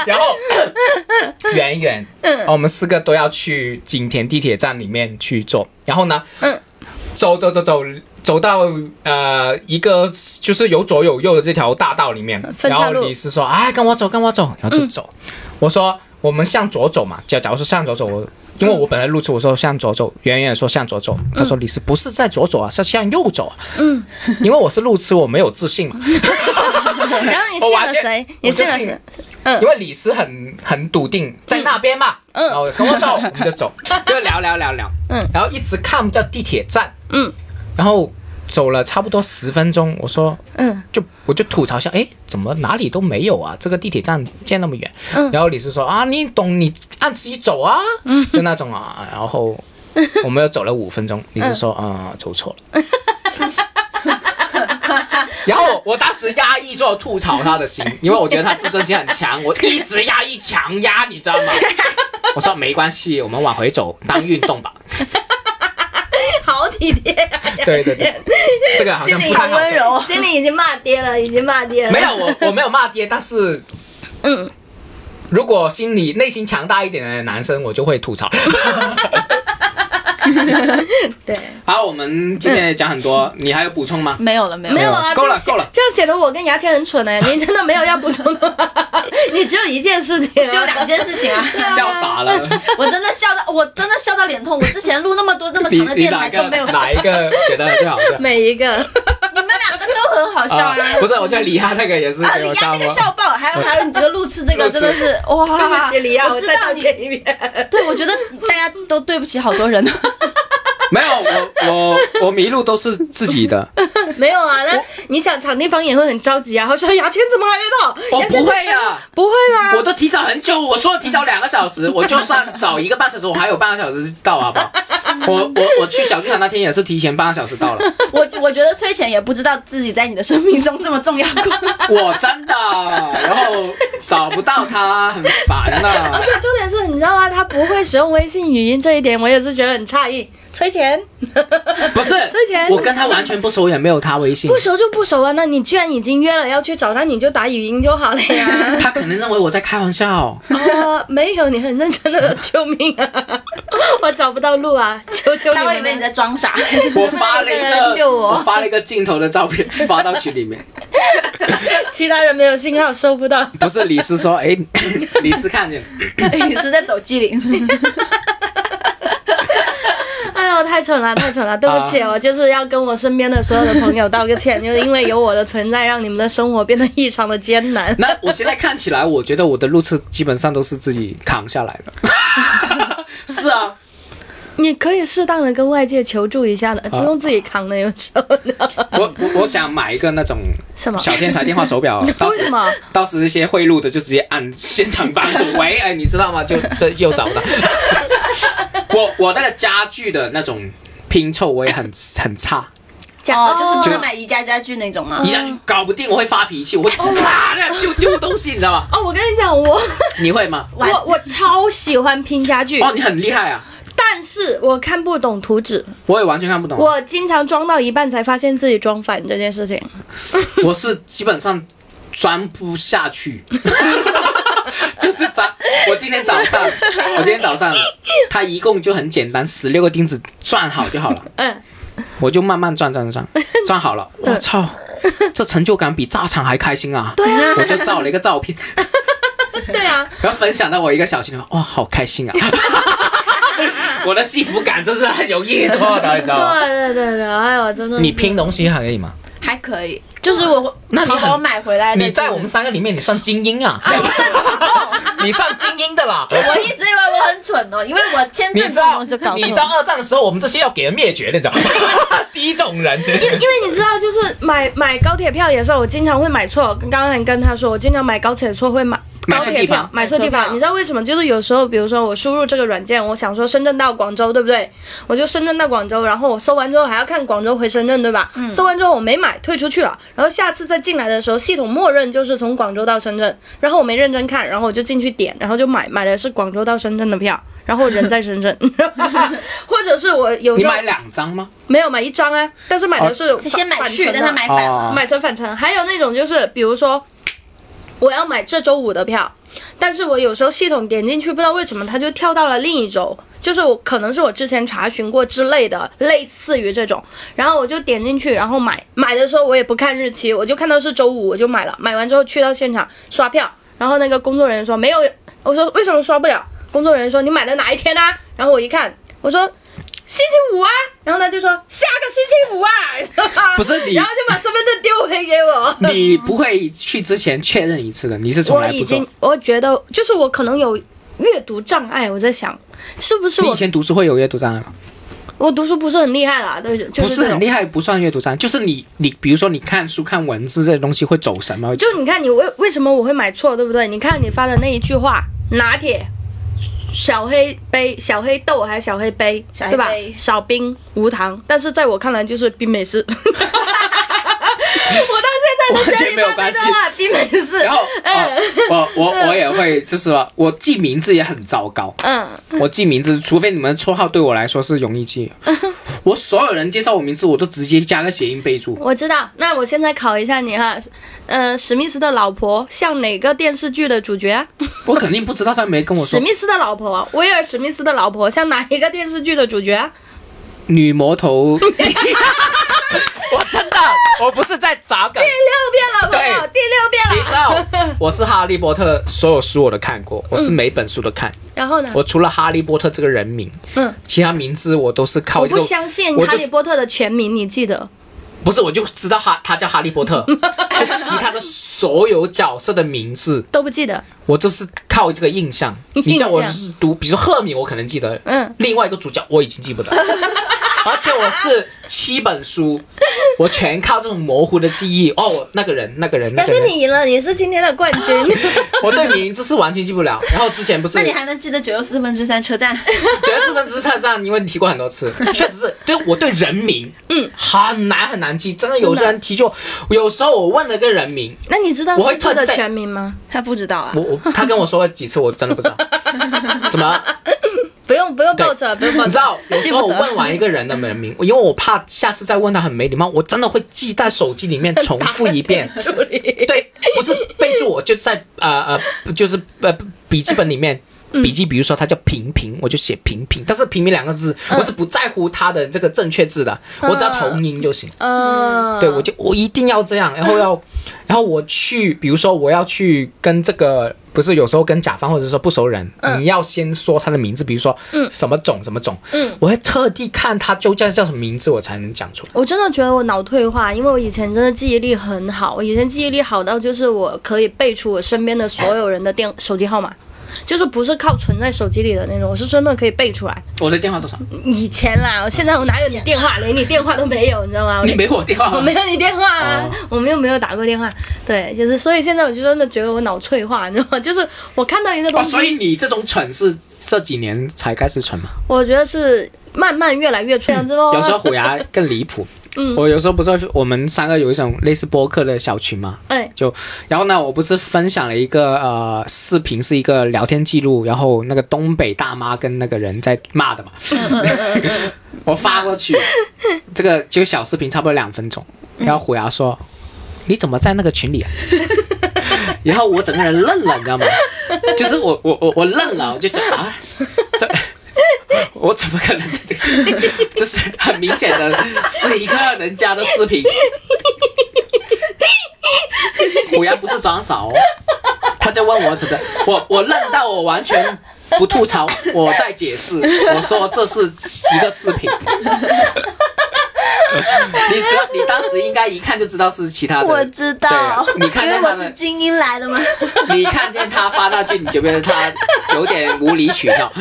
A: 然后圆圆，嗯，我们四个都要去景田地铁站里面去坐，然后呢，嗯，走走走走走到呃一个就是有左有右的这条大道里面，然后李斯说，哎，跟我走，跟我走，然后就走。嗯、我说我们向左走嘛，假假如是向左走，我因为我本来路痴，我说向左走，圆圆说向左走，他说李斯不是在左走啊，是向右走啊。嗯，因为我是路痴，我没有自信嘛。
B: 然后你信了谁？你信了谁？
A: 嗯，因为李斯很很笃定在那边嘛，嗯，然后跟我走，我们就走，就聊聊聊聊，嗯，然后一直看叫地铁站，嗯，然后走了差不多十分钟，我说，嗯，就我就吐槽一下，哎，怎么哪里都没有啊？这个地铁站建那么远，嗯，然后李斯说啊，你懂，你按自己走啊，嗯，就那种啊，然后我们又走了五分钟，李斯说啊、呃，走错了。然后我当时压抑住吐槽他的心，因为我觉得他自尊心很强，我一直压抑强压，你知道吗？我说没关系，我们往回走，当运动吧。
B: 好体贴、啊，
A: 对对对，这个好像不太好，
B: 温柔，心里已经骂爹了，已经骂爹了。
A: 没有，我我没有骂爹，但是，嗯，如果心里内心强大一点的男生，我就会吐槽。
B: 对，
A: 好，我们今天也讲很多，你还有补充吗？
C: 没有了，没有
B: 没有啊，
A: 够了够了，
B: 这样显得我跟牙签很蠢哎，你真的没有要补充的吗？你只有一件事情、啊，
C: 只有两件事情啊，
A: 笑傻了，
C: 我真的笑到，我真的笑到脸痛。我之前录那么多那么长的电台都没有，
A: 哪一个觉得最好笑？
B: 每一个，
C: 你们两个都很好笑啊！
A: 呃、不是，我觉得李亚那个也是
C: 啊，李亚那个笑爆，还有还有你这个路痴这个真的是哇，
B: 对不起李亚，
C: 我知道你
B: 里面，
C: 对，我觉得大家都对不起好多人。
A: 没有，我我我迷路都是自己的。
B: 没有啊，那你想场地方也会很着急啊。我说牙签怎么还没到？
A: 我不会呀，
B: 不会吗？
A: 我都提早很久，我说提早两个小时，我就算早一个半小时，我还有半个小时到，好不好？我我我去小剧场那天也是提前半个小时到了。
C: 我我觉得崔浅也不知道自己在你的生命中这么重要过。
A: 我真的，然后找不到他，很烦啊。
B: 而且重点是，你知道吗？他不会使用微信语音这一点，我也是觉得很诧异。崔浅，
A: 不是
B: 崔浅，
A: 我跟他完全不熟，也没有他微信。
B: 不熟就不熟啊，那你既然已经约了要去找他，你就打语音就好了呀。
A: 他可能认为我在开玩笑。
B: 哦，没有，你很认真的，救命啊！我找不到路啊，求求你们！
C: 他会以为你在装傻。
A: 我发了一个，
B: 救我！
A: 我发了一个镜头的照片发到群里面。
B: 其他人没有信号，收不到。
A: 不是李斯说，哎，李斯看见，
C: 李斯在抖机灵。
B: 哎呦，太蠢了，太蠢了！对不起，我就是要跟我身边的所有的朋友道个歉，就是因为有我的存在，让你们的生活变得异常的艰难。
A: 那我现在看起来，我觉得我的路痴基本上都是自己扛下来的。是啊，
B: 你可以适当的跟外界求助一下的，不用自己扛的，有时候。
A: 我我我想买一个那种
B: 什么
A: 小天才电话手表，到时
B: 为什么？
A: 到时一些贿赂的就直接按现场帮助，喂，哎，你知道吗？就这又找不到。我我那个家具的那种拼凑我也很很差，
C: 哦，就是不能买宜家家具那种吗？
A: 宜家搞不定我会发脾气，我会啪那丢丢东西，你知道吗？
B: 哦，我跟你讲，我
A: 你会吗？
B: 我我超喜欢拼家具
A: 哦，你很厉害啊！
B: 但是我看不懂图纸，
A: 我也完全看不懂。
B: 我经常装到一半才发现自己装反这件事情。
A: 我是基本上装不下去。就是早，我今天早上，我今天早上，它一共就很简单，十六个钉子转好就好了。嗯，我就慢慢转转转，转好了，我操，这成就感比炸场还开心啊！
B: 对啊，
A: 我就照了一个照片。
B: 对啊，
A: 然后分享到我一个小群里，哇，好开心啊！我的幸福感真是很有依托的，你知道吗？
B: 对对对对，哎呦，真的。
A: 你拼东西还可以吗？
C: 还可以，就是我
A: 那你
C: 好好买回来的。
A: 你在我们三个里面，你算精英啊！你算精英的啦！
C: 我一直以为我很蠢哦，因为我签证这种东西就搞错。
A: 你知道二战的时候，我们这些要给人灭绝的，你知道吗？第一种人。
B: 因为因为你知道，就是买买高铁票也是，我经常会买错。刚才跟他说，我经常买高铁错会买。高铁票买错地方，你知道为什么？就是有时候，比如说我输入这个软件，我想说深圳到广州，对不对？我就深圳到广州，然后我搜完之后还要看广州回深圳，对吧？嗯、搜完之后我没买，退出去了。然后下次再进来的时候，系统默认就是从广州到深圳，然后我没认真看，然后我就进去点，然后就买买的是广州到深圳的票，然后人在深圳，或者是我有
A: 你买两张吗？
B: 没有买一张啊，但是买的是、
C: 哦、他先买去，但他买反了，
B: 买成返程。还有那种就是比如说。我要买这周五的票， 但是我有时候系统点进去，不知道为什么它就跳到了另一周，就是我可能是我之前查询过之类的，类似于这种，然后我就点进去，然后买买的时候我也不看日期，我就看到是周五我就买了，买完之后去到现场刷票，然后那个工作人员说没有，我说为什么刷不了？工作人员说你买的哪一天啊？然后我一看，我说星期五啊，然后他就说下个星期五啊，
A: 不是你，
B: 然后就把身份证丢回给我。
A: 你不会去之前确认一次的，你是从来不做。
B: 我已经，我觉得就是我可能有阅读障碍，我在想是不是我
A: 你以前读书会有阅读障碍吗？
B: 我读书不是很厉害啦，对，就是、
A: 不是很厉害，不算阅读障碍，就是你你比如说你看书看文字这些东西会走神吗？
B: 就你看你为为什么我会买错，对不对？你看你发的那一句话，拿铁。小黑杯、小黑豆还是小黑杯，
C: 小黑杯
B: 对吧？少冰无糖，但是在我看来就是冰美式。我到现在都
A: 完全没有关系，
B: 冰美式。
A: 然后、哦、我我我也会，就是说我记名字也很糟糕。嗯，我记名字，除非你们的绰号对我来说是容易记。我所有人介绍我名字，我都直接加个谐音备注。
B: 我知道，那我现在考一下你哈，呃，史密斯的老婆像哪个电视剧的主角啊？
A: 我肯定不知道，他没跟我说。
B: 史密斯的老婆，威尔史密斯的老婆像哪一个电视剧的主角啊？
A: 女魔头。我真的，我不是在找梗。
B: 第六遍了，朋友，第六遍了。
A: 你知道，我是哈利波特所有书我都看过，我是每本书都看。嗯、
B: 然后呢？
A: 我除了哈利波特这个人名，嗯，其他名字我都是靠、这个。
B: 我不相信哈利波特的全名，你记得？
A: 不是，我就知道他他叫哈利波特，就其他的所有角色的名字
B: 都不记得。
A: 我就是靠这个印象。你叫我是读，比如说赫敏，我可能记得，嗯，另外一个主角我已经记不得。而且我是七本书，我全靠这种模糊的记忆。哦，那个人，那个人，那个人。
B: 但是你赢了，你是今天的冠军。
A: 我对名字是完全记不了。然后之前不是，
C: 那你还能记得九又四分之三车站？
A: 九又四分之车站，因为你提过很多次，确实是对我对人名，嗯，很难很难记。真的有些人提就，有时候我问了个人名，
B: 那你知道师傅的全名吗？
C: 他不知道啊。
A: 我我他跟我说了几次，我真的不知道。什么？
B: 不用不用报仇，不用报仇。
A: 你知道，有时候我问完一个人的人名，因为我怕下次再问他很没礼貌，我真的会记在手机里面重复一遍。对，不是备注，我就在呃呃，就是呃笔记本里面。笔记，比如说他叫平平，我就写平平，但是平平两个字，我是不在乎他的这个正确字的，我只要同音就行。嗯，对，我就我一定要这样，然后要，然后我去，比如说我要去跟这个，不是有时候跟甲方或者说不熟人，嗯、你要先说他的名字，比如说什么种什么种，嗯，我会特地看他究竟叫什么名字，我才能讲出来。
B: 我真的觉得我脑退化，因为我以前真的记忆力很好，我以前记忆力好到就是我可以背出我身边的所有人的电手机号码。就是不是靠存在手机里的那种，我是真的可以背出来。
A: 我的电话多少？以
B: 前啦，现在我哪有你电话，连你电话都没有，你知道吗？
A: 你没我电话吗？
B: 我没有你电话啊，哦、我们又没有打过电话。对，就是所以现在我就真的觉得我脑退化，你知道吗？就是我看到一个东西，
A: 哦、所以你这种蠢是这几年才开始蠢吗？
B: 我觉得是慢慢越来越蠢，这样子咯。
A: 有时候虎牙更离谱。嗯，我有时候不是我们三个有一种类似播客的小群嘛，哎，就然后呢，我不是分享了一个呃视频，是一个聊天记录，然后那个东北大妈跟那个人在骂的嘛，我发过去，这个就小视频差不多两分钟，然后虎牙说、嗯、你怎么在那个群里啊？然后我整个人愣了，你知道吗？就是我我我我愣了，我就讲啊，这。我怎么可能这个？这是很明显的，是一个人家的视频。虎牙不是装傻哦，他在问我怎么，我我愣到我完全不吐槽，我在解释，我说这是一个视频。你知道，你当时应该一看就知道是其他的。
C: 我知道，
A: 对，你看见他的，
C: 因为我是精英来的吗？
A: 你看见他发那句，你就觉得他有点无理取闹。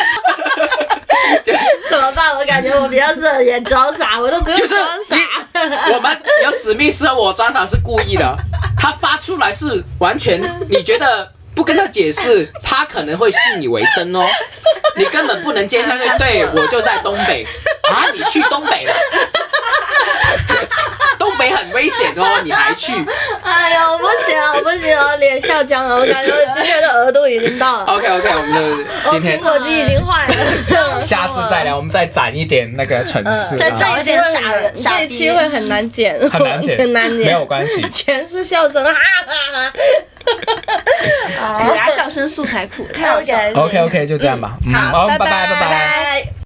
B: 怎么办？我感觉我比较适合演装傻，我都不用装傻。
A: 就是、我们有史密斯，我装傻是故意的，他发出来是完全，你觉得不跟他解释，他可能会信以为真哦。你根本不能接下去。对，我就在东北啊，你去东北了。东北北很危险哦，你还去？
B: 哎呀，我不行，我不行，我脸笑僵了，我感觉我今天的额度已经到了。
A: OK OK， 我们就今天
B: 苹果肌已经坏了，
A: 下次再聊，我们再攒一点那个城市。
C: 再找一点傻人，
B: 这一期会很难剪，
A: 很难剪，
B: 很难剪，
A: 没有关系，
B: 全是笑声，哈哈哈。
C: 虎牙笑声素材库，太好笑了。
A: OK OK， 就这样吧。
B: 好，拜
A: 拜拜拜拜。